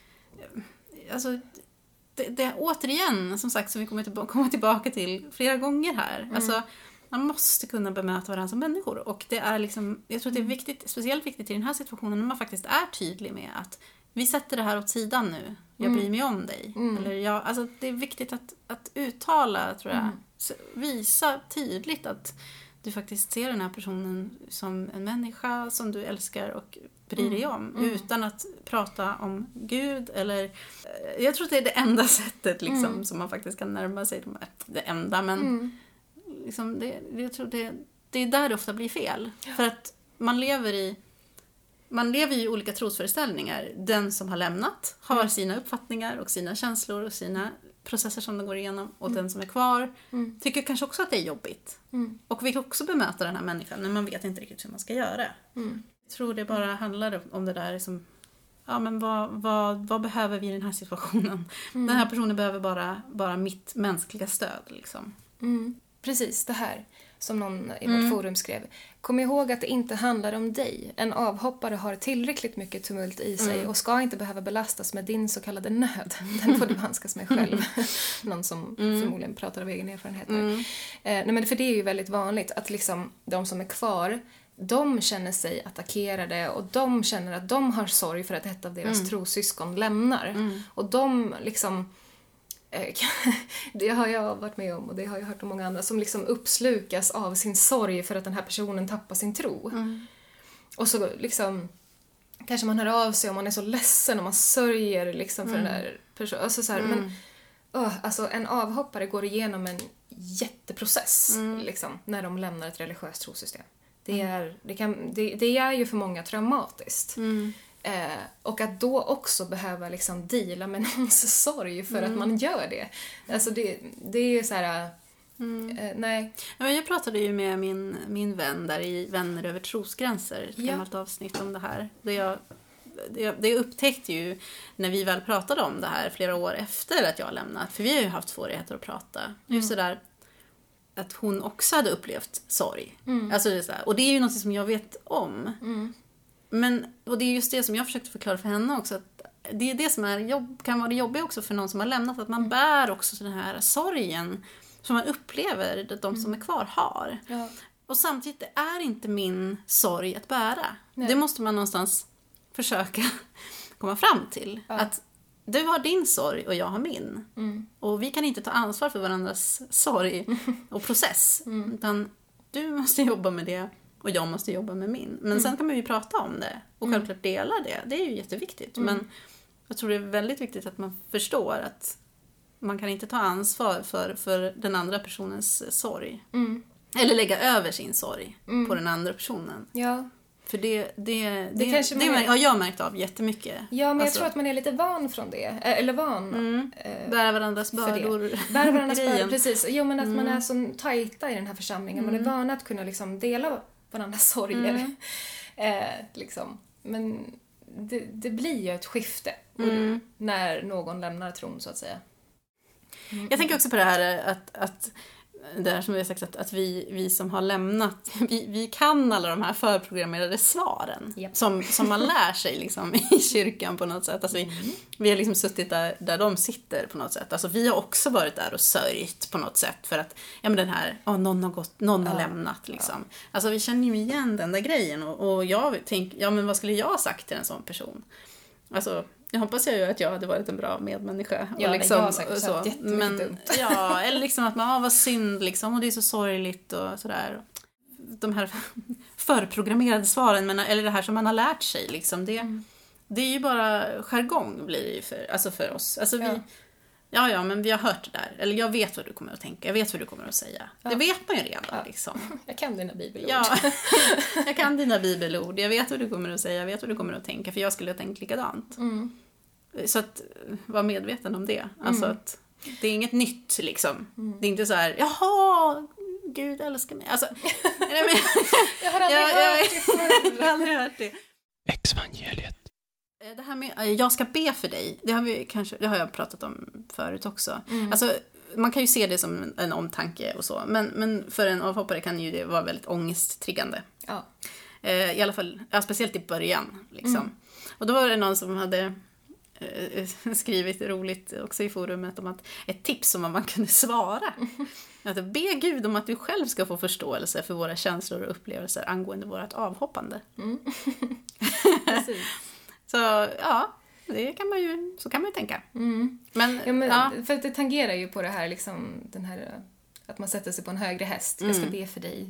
alltså det, det återigen, som sagt, som vi kommer tillbaka, kommer tillbaka till flera gånger här. Mm. Alltså, man måste kunna bemöta varandra som människor. Och det är liksom, jag tror att det är viktigt, speciellt viktigt i den här situationen när man faktiskt är tydlig med att vi sätter det här åt sidan nu. Jag Mm. bryr mig om dig. Mm. Eller jag, alltså, det är viktigt att, att uttala, tror jag. Mm. Så, visa tydligt att du faktiskt ser den här personen som en människa som du älskar och bryr dig om. Mm. Utan att prata om Gud eller... eh, Jag tror att det är det enda sättet liksom, Mm. som man faktiskt kan närma sig. De här, det enda, men Mm. liksom, det, jag tror det, det är där det ofta blir fel. För att man lever i man lever i olika trosföreställningar. Den som har lämnat har Mm. sina uppfattningar och sina känslor och sina processer som de går igenom. Och den som är kvar Mm. tycker kanske också att det är jobbigt. Mm. Och vill också bemöta den här människan, men man vet inte riktigt hur man ska göra. Mm. Jag tror det bara handlar om det där som, ja men vad, vad, vad behöver vi i den här situationen? Mm. Den här personen behöver bara, bara mitt mänskliga stöd liksom. Mm. Precis, det här som någon i vårt Mm. forum skrev. Kom ihåg att det inte handlar om dig. En avhoppare har tillräckligt mycket tumult i sig Mm. och ska inte behöva belastas med din så kallade nöd. Den får du handskas med själv. Någon som Mm. förmodligen pratar av egen erfarenhet. där. Mm. Eh, nej, men för det är ju väldigt vanligt att liksom, de som är kvar, de känner sig attackerade och de känner att de har sorg för att ett av deras mm. trosyskon lämnar. Mm. Och de liksom, eh, det har jag varit med om och det har jag hört om många andra, som liksom uppslukas av sin sorg för att den här personen tappar sin tro. Mm. Och så liksom, kanske man hör av sig om man är så ledsen och man sörjer liksom för mm. den där personen. Alltså så här, mm. men oh, alltså en avhoppare går igenom en jätteprocess mm. liksom, när de lämnar ett religiöst trosystem. Det är, det, kan, det, det är ju för många traumatiskt. Mm. Eh, och att då också behöva liksom deala med någons sorg för mm. att man gör det. Alltså det, det är ju så här... Mm. Eh, nej. Ja, jag pratade ju med min, min vän där i Vänner över trosgränser. Ett ja. gammalt avsnitt om det här. Det jag, det, det jag upptäckte ju när vi väl pratade om det här flera år efter att jag har lämnat. För vi har ju haft svårigheter att prata. Mm. Just så där... att hon också hade upplevt sorg. Mm. Alltså det är så här, och det är ju något som jag vet om. Mm. Men, och det är just det som jag försökte förklara för henne också. Att det är det som är jobb, kan vara det jobbiga också för någon som har lämnat. Att man mm. bär också den här sorgen som man upplever att de som är kvar har. Ja. Och samtidigt, det är inte min sorg att bära. Nej. Det måste man någonstans försöka komma fram till. Ja. Att du har din sorg och jag har min. Mm. Och vi kan inte ta ansvar för varandras sorg och process. Mm. Utan du måste jobba med det och jag måste jobba med min. Men mm. sen kan man ju prata om det och mm. självklart dela det. Det är ju jätteviktigt. Mm. Men jag tror det är väldigt viktigt att man förstår att man kan inte ta ansvar för, för den andra personens sorg. Mm. Eller lägga över sin sorg mm. på den andra personen. Ja. För det, det, det, det, kanske det är... har jag märkt av jättemycket. Ja, men jag alltså. tror att man är lite van från det. Eller van. Mm. Äh, Bära varandras bördor. Bära varandras bördor, precis. Jo, men att mm. man är så tajta i den här församlingen. Mm. Man är van att kunna liksom dela varandras sorger. Mm. eh, liksom. Men det, det blir ju ett skifte mm. när någon lämnar tron, så att säga. Mm. Jag tänker också på det här att... att det här som vi har sagt, att, att vi, vi som har lämnat, vi, vi kan alla de här förprogrammerade svaren yep. som, som man lär sig liksom i kyrkan på något sätt. Alltså vi, mm. vi har liksom suttit där, där de sitter på något sätt. Alltså vi har också varit där och sörjt på något sätt för att ja, men den här, oh, någon har gått, någon har ja. lämnat liksom. Ja. Alltså vi känner ju igen den där grejen och, och jag tänker, ja men vad skulle jag ha sagt till en sån person? Alltså jag hoppas jag ju att jag hade varit en bra medmänniska. Ja, och liksom, jag har säkert så. Men, dumt. Ja, eller liksom att man, ah, vad synd liksom, och det är så sorgligt och sådär. De här förprogrammerade svaren, men, eller det här som man har lärt sig liksom, det, mm. det är ju bara jargong blir det ju för, alltså för oss. Alltså vi, ja. ja, ja, men vi har hört det där. Eller jag vet vad du kommer att tänka, jag vet vad du kommer att säga. Ja. Det vet man ju redan ja. liksom. Jag kan dina bibelord. Ja, jag kan dina bibelord. Jag vet vad du kommer att säga, jag vet vad du kommer att tänka, för jag skulle ha tänkt likadant. Mm. Så att var medveten om det. Alltså mm. att det är inget nytt liksom. Mm. Det är inte så här, jaha, Gud älskar mig. Alltså, nej, men, jag har aldrig jag, hört jag, det. Jag har aldrig hört det. Evangeliet. Det här med, jag ska be för dig, det har, vi kanske, det har jag pratat om förut också. Mm. Alltså, man kan ju se det som en omtanke och så. Men, men för en avhoppare kan ju det vara väldigt ångesttriggande. Ja. Eh, I alla fall, ja, speciellt i början. Liksom. Mm. Och då var det någon som hade skrivit roligt också i forumet om att ett tips om att man kunde svara. Att be Gud om att du själv ska få förståelse för våra känslor och upplevelser angående vårat avhoppande. Mm. Precis. Så ja, det kan man ju, så kan man ju tänka. Mm. Men, ja, men ja. För att det tangerar ju på det här, liksom, den här att man sätter sig på en högre häst. Jag ska mm. be för dig.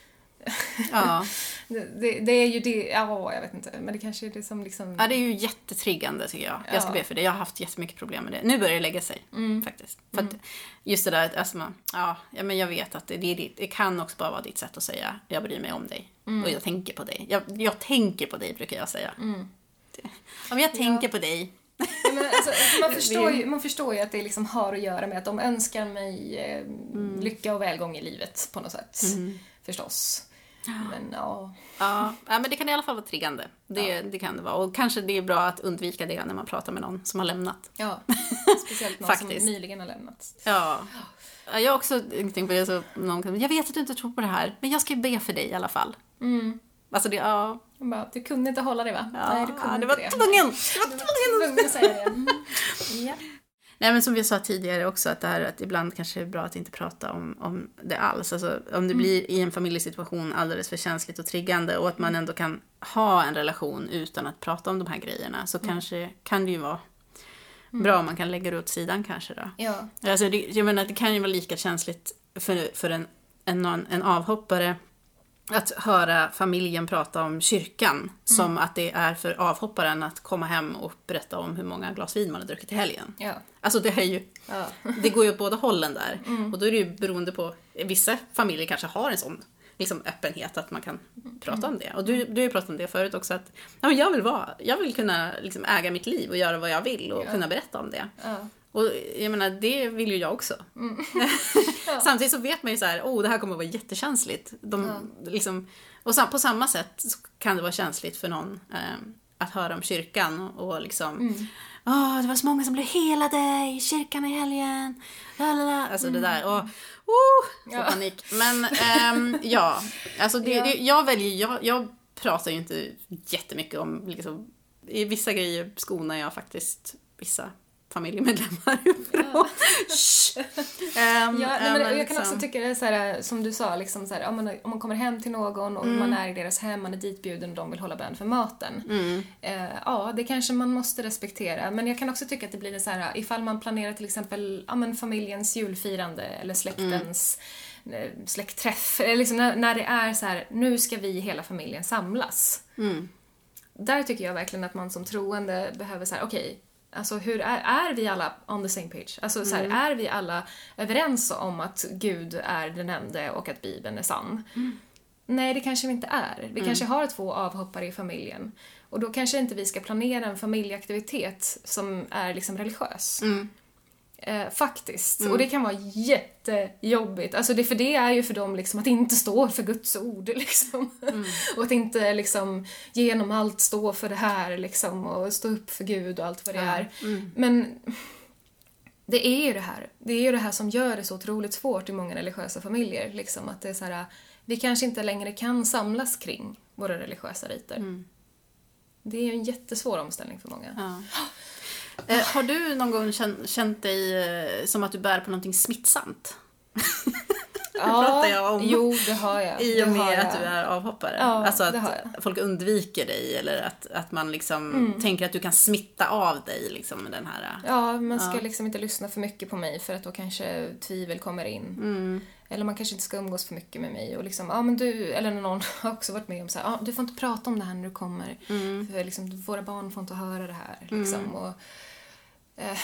Ja. det, det är ju det, ja, jag vet inte, men det kanske är det som liksom... Ja, det är ju jättetriggande tycker jag. Jag ska ja. be för det. Jag har haft jättemycket problem med det. Nu börjar det lägga sig, mm. faktiskt. För att just det där, alltså man, ja, men jag vet att det, det, det kan också bara vara ditt sätt att säga, jag bryr mig om dig. Mm. Och jag tänker på dig. Jag, jag tänker på dig, brukar jag säga. Mm. Ja, men jag tänker ja. på dig. Ja, men alltså, man, förstår ju, man förstår ju att det liksom har att göra med att de önskar mig eh, mm. lycka och välgång i livet på något sätt. Mm. Förstås. Men ja. ja. Ja, men det kan i alla fall vara triggande. Det, ja. det kan det vara. Och kanske det är bra att undvika det när man pratar med någon som har lämnat. Ja, speciellt någon som nyligen har lämnat. Ja. Jag har också tänkt på det så någon kan, jag vet att du inte tror på det här, men jag ska be för dig i alla fall. Mm. Alltså det, ja. Bara, du kunde inte hålla det, va? Ja, Nej, du kunde ja, det inte var det. tvungen. Du var tvungen att säga det. Mm. Ja. Nej, men som vi sa tidigare också, att det här att ibland kanske är bra att inte prata om, om det alls. Alltså om det mm. blir i en familjesituation alldeles för känsligt och triggande och att man ändå kan ha en relation utan att prata om de här grejerna, så mm. kanske kan det ju vara mm. bra om man kan lägga det åt sidan kanske då. Ja. Alltså det, jag menar, det kan ju vara lika känsligt för, för en, en, en avhoppare att höra familjen prata om kyrkan mm. som att det är för avhopparen att komma hem och berätta om hur många glas vin man har druckit i helgen. Ja. Alltså det är ju, ja. det går ju åt båda hållen där. Mm. Och då är det ju beroende på, vissa familjer kanske har en sån liksom öppenhet att man kan prata mm. om det. Och du, du har ju pratat om det förut också, att ja, men jag vill vara, jag vill kunna liksom äga mitt liv och göra vad jag vill och ja. kunna berätta om det. Ja. Och jag menar, det vill ju jag också. Mm. Ja. Samtidigt så vet man ju så här, oh, det här kommer att vara jättekänsligt. De, ja. liksom, och på samma sätt så kan det vara känsligt för någon eh, att höra om kyrkan och liksom, mm. oh, det var så många som blev helade i kyrkan i helgen. Lalala. Alltså mm. det där, och oh, så ja. panik. Men ähm, ja, alltså det, ja. Det, jag väljer, jag, jag pratar ju inte jättemycket om, liksom, i vissa grejer skonar jag faktiskt vissa familjemedlemmar ja. um, ja, nej, men jag liksom. kan också tycka det är så här, som du sa, liksom så här, om, man, om man kommer hem till någon och mm. man är i deras hem, man är ditbjuden och de vill hålla bön för maten. Mm. Uh, ja, det kanske man måste respektera. Men jag kan också tycka att det blir det så här, ifall man planerar till exempel ja, men familjens julfirande eller släktens mm. släktträff, eller liksom när, när det är så här, nu ska vi hela familjen samlas. Mm. Där tycker jag verkligen att man som troende behöver så här, okej, okay, alltså hur är, är vi alla on the same page? Alltså så här, mm. är vi alla överens om att Gud är den enda och att Bibeln är sann? Mm. Nej, det kanske vi inte är. Vi mm. kanske har två avhoppare i familjen. Och då kanske inte vi ska planera en familjeaktivitet som är liksom religiös. Mm. Eh, faktiskt. Mm. Och det kan vara jättejobbigt. Alltså det, för det är ju för dem liksom att inte stå för Guds ord. Liksom. Mm. Och att inte liksom genom allt stå för det här. Liksom, och stå upp för Gud och allt vad det mm. är. Mm. Men det är ju det här. Det är ju det här som gör det så otroligt svårt i många religiösa familjer. Liksom, att det är så här, vi kanske inte längre kan samlas kring våra religiösa riter. Mm. Det är ju en jättesvår omställning för många. Ja. Eh, har du någon gång känt, känt dig eh, som att du bär på någonting smittsamt? Det pratar jag om. Jo, det har jag. I och det med att du är avhoppare. Ja, alltså att det har jag. Folk undviker dig eller att, att man liksom mm. tänker att du kan smitta av dig liksom med den här. Ja, man ska ja. liksom inte lyssna för mycket på mig för att då kanske tvivel kommer in. Mm. Eller man kanske inte ska umgås för mycket med mig och liksom, ja men du, eller någon har också varit med om så här, ja du får inte prata om det här när du kommer. Mm. För liksom, våra barn får inte höra det här liksom. Mm. Och eh,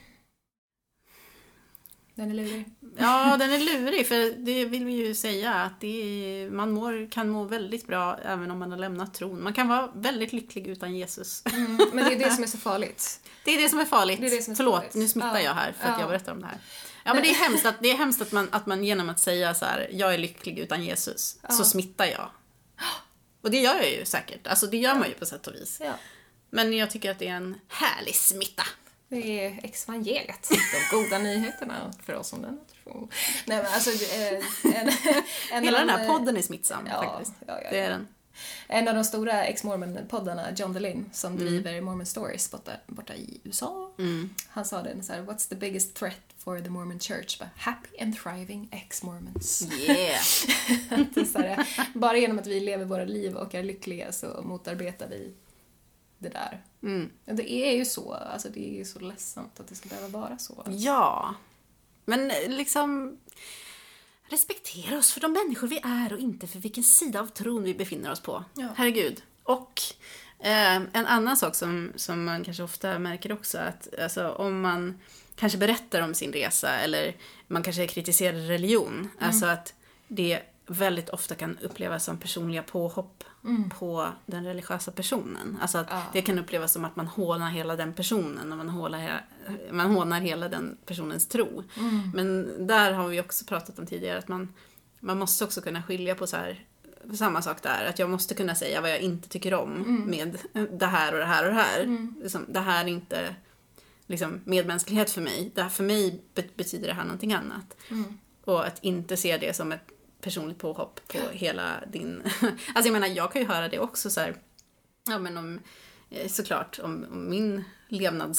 den är lurig. Ja, den är lurig, för det vill vi ju säga att det är, man mår, kan må väldigt bra även om man har lämnat tron. Man kan vara väldigt lycklig utan Jesus. Mm, men det är det som är så farligt. Det är det som är farligt. Det är det som är Förlåt, farligt. nu smittar ja. jag här för att ja. jag berättar om det här. Ja, men det är hemskt att, det är hemskt att, man, att man genom att säga så här, jag är lycklig utan Jesus, ja. så smittar jag. Och det gör jag ju säkert. Alltså det gör man ju på sätt och vis. Ja. Men jag tycker att det är en härlig smitta. Det är evangeliet, de goda nyheterna för oss som den tror. Nej men alltså en, en hela den här podden är smittsam ja, faktiskt. Ja, ja, ja. Det är den. En av de stora ex-Mormon-poddarna, John DeLynn, som mm. driver Mormon Stories borta, borta i U S A. Mm. Han sa den så här: what's the biggest threat for the Mormon Church? But happy and thriving ex-Mormons. Yeah. så här, bara genom att vi lever våra liv och är lyckliga så motarbetar vi det där. Mm. Det är ju så, alltså det är ju så ledsamt att det ska behöva vara så. Alltså. Ja, men liksom respektera oss för de människor vi är och inte för vilken sida av tron vi befinner oss på. Ja. Herregud. Och eh, en annan sak som, som man kanske ofta märker också, att alltså, om man kanske berättar om sin resa eller man kanske kritiserar religion, mm. alltså att det väldigt ofta kan upplevas som personliga påhopp mm. på den religiösa personen. Alltså att ja. det kan upplevas som att man hånar hela den personen och man hånar, man hånar hela den personens tro. Mm. Men där har vi också pratat om tidigare att man, man måste också kunna skilja på så här, samma sak där. Att jag måste kunna säga vad jag inte tycker om mm. med det här och det här och det här. Mm. Liksom, det här är inte liksom, medmänsklighet för mig. Det här, för mig betyder det här någonting annat. Mm. Och att inte se det som ett personligt påhopp på hela din... Alltså jag menar, jag kan ju höra det också så här, ja men om, såklart om, om min levnads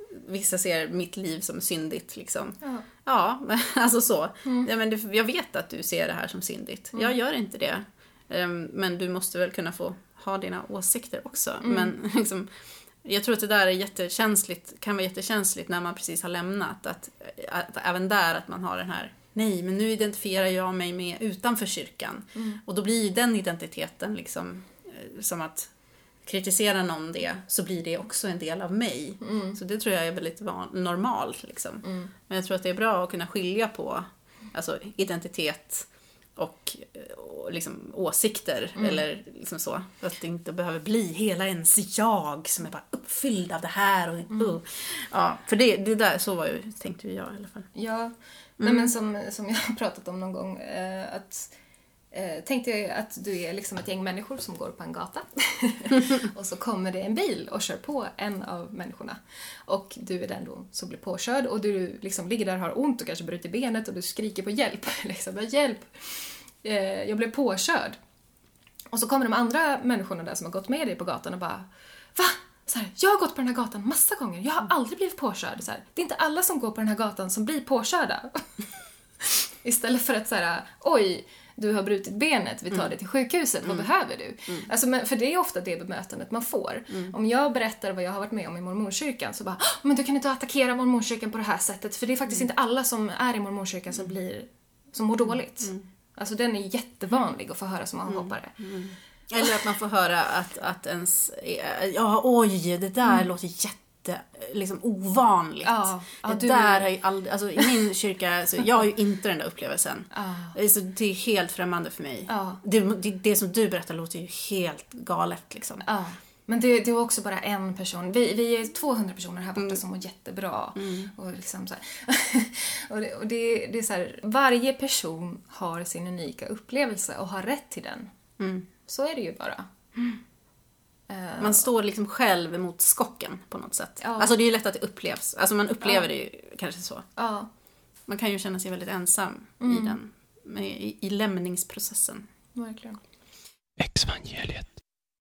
vissa ser mitt liv som syndigt liksom. Ja. Ja, men alltså så. Mm. Ja, men det, jag vet att du ser det här som syndigt. Mm. Jag gör inte det. Um, men du måste väl kunna få ha dina åsikter också. Mm. Men liksom, jag tror att det där är jättekänsligt, kan vara jättekänsligt när man precis har lämnat. Att, att, att även där att man har den här, nej men nu identifierar jag mig med utanför kyrkan. Mm. Och då blir ju den identiteten liksom eh, som att kritisera någon det, så blir det också en del av mig. Mm. Så det tror jag är väldigt van- normalt liksom. Mm. Men jag tror att det är bra att kunna skilja på alltså, identitet och, och liksom, åsikter. Mm. Eller liksom så. Att det inte behöver bli hela ens jag som är bara uppfylld av det här. Och, Mm. uh. Ja, för det, det där, så var ju, tänkte ju jag i alla fall. Ja, nej, men som, som jag har pratat om någon gång, eh, att eh, tänkte jag att du är liksom ett gäng människor som går på en gata och så kommer det en bil och kör på en av människorna och du är den då som blir påkörd och du liksom ligger där och har ont och kanske bryter benet och du skriker på hjälp, liksom, hjälp, eh, jag blev påkörd. Och så kommer de andra människorna där som har gått med dig på gatan och bara, va? Så här, jag har gått på den här gatan massa gånger. Jag har aldrig blivit påkörd. Så här, det är inte alla som går på den här gatan som blir påkörda. Istället för att så här, oj, du har brutit benet, vi tar Mm. dig till sjukhuset, vad Mm. behöver du? Mm. Alltså, men, för det är ofta det bemötandet man får. Mm. Om jag berättar vad jag har varit med om i mormonkyrkan så bara, men du kan inte attackera mormonkyrkan på det här sättet, för det är faktiskt Mm. inte alla som är i mormonkyrkan som blir, som mår dåligt. Mm. Alltså den är jättevanlig att få höra som avhoppare. Mm. Eller att man får höra att, att ens, ja oj, det där Mm. låter jätte liksom ovanligt. Ja, ja, det du- där har ju aldrig, alltså i min kyrka, så jag har ju inte den där upplevelsen. Ja. Alltså, det är helt främmande för mig. Ja. Det, det, det som du berättar låter ju helt galet liksom. Ja, men det, det var också bara en person. Vi, vi är tvåhundra personer här borta Mm. som mår jättebra. Mm. Och liksom så här. och det, och det, det är så här, varje person har sin unika upplevelse och har rätt till den. Mm. Så är det ju bara. Eh, Man står liksom själv emot skocken på något sätt. Ja. Alltså det är ju lätt att det upplevs. Alltså man upplever Ja. det ju kanske så. Ja, Man kan ju känna sig väldigt ensam Mm. i den, med, i, i lämningsprocessen. verkligen. Exvangeliet.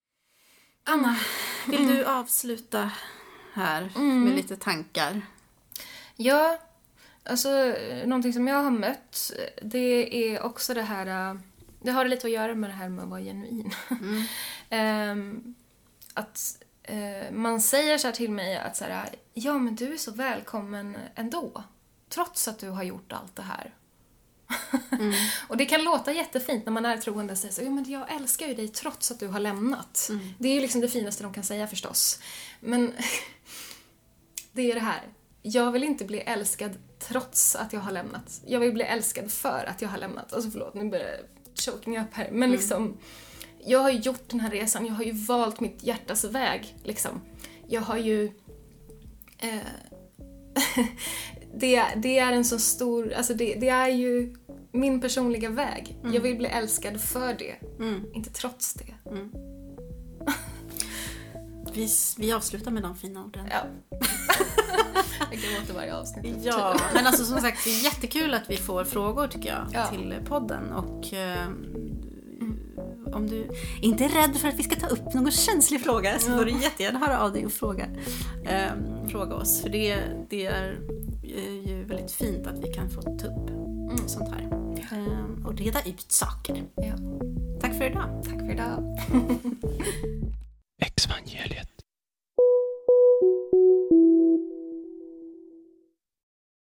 Anna, vill du avsluta här Mm. med lite tankar? Ja, alltså någonting som jag har mött, det är också det här, äh, det har lite att göra med det här med att vara genuin. Mm. Ehm, att eh, man säger så här till mig att så här, ja men du är så välkommen ändå, trots att du har gjort allt det här. Mm. Och det kan låta jättefint när man är troende och säger så, ja men jag älskar ju dig trots att du har lämnat. Mm. Det är ju liksom det finaste de kan säga förstås. Men det är det här. Jag vill inte bli älskad trots att jag har lämnat. Jag vill bli älskad för att jag har lämnat. Alltså förlåt, nu börjar jag choking up här. Men Mm. liksom, jag har ju gjort den här resan. Jag har ju valt mitt hjärtas väg. Liksom. Jag har ju... Eh, det, det är en så stor... Alltså det, det är ju min personliga väg. Mm. Jag vill bli älskad för det. Mm. Inte trots det. Mm. Vi, vi avslutar med de fina orden. Ja. Jag gråter varje avsnitt. Ja, men alltså som sagt, det är jättekul att vi får frågor tycker jag Ja. till podden. Och eh, om du inte är rädd för att vi ska ta upp någon känslig fråga så får du jättegärna höra av dig och fråga, eh, fråga oss. För det, det är ju väldigt fint att vi kan få ta upp Mm. sånt här. Eh, och reda ut saker. Ja. Tack för idag. Tack för idag.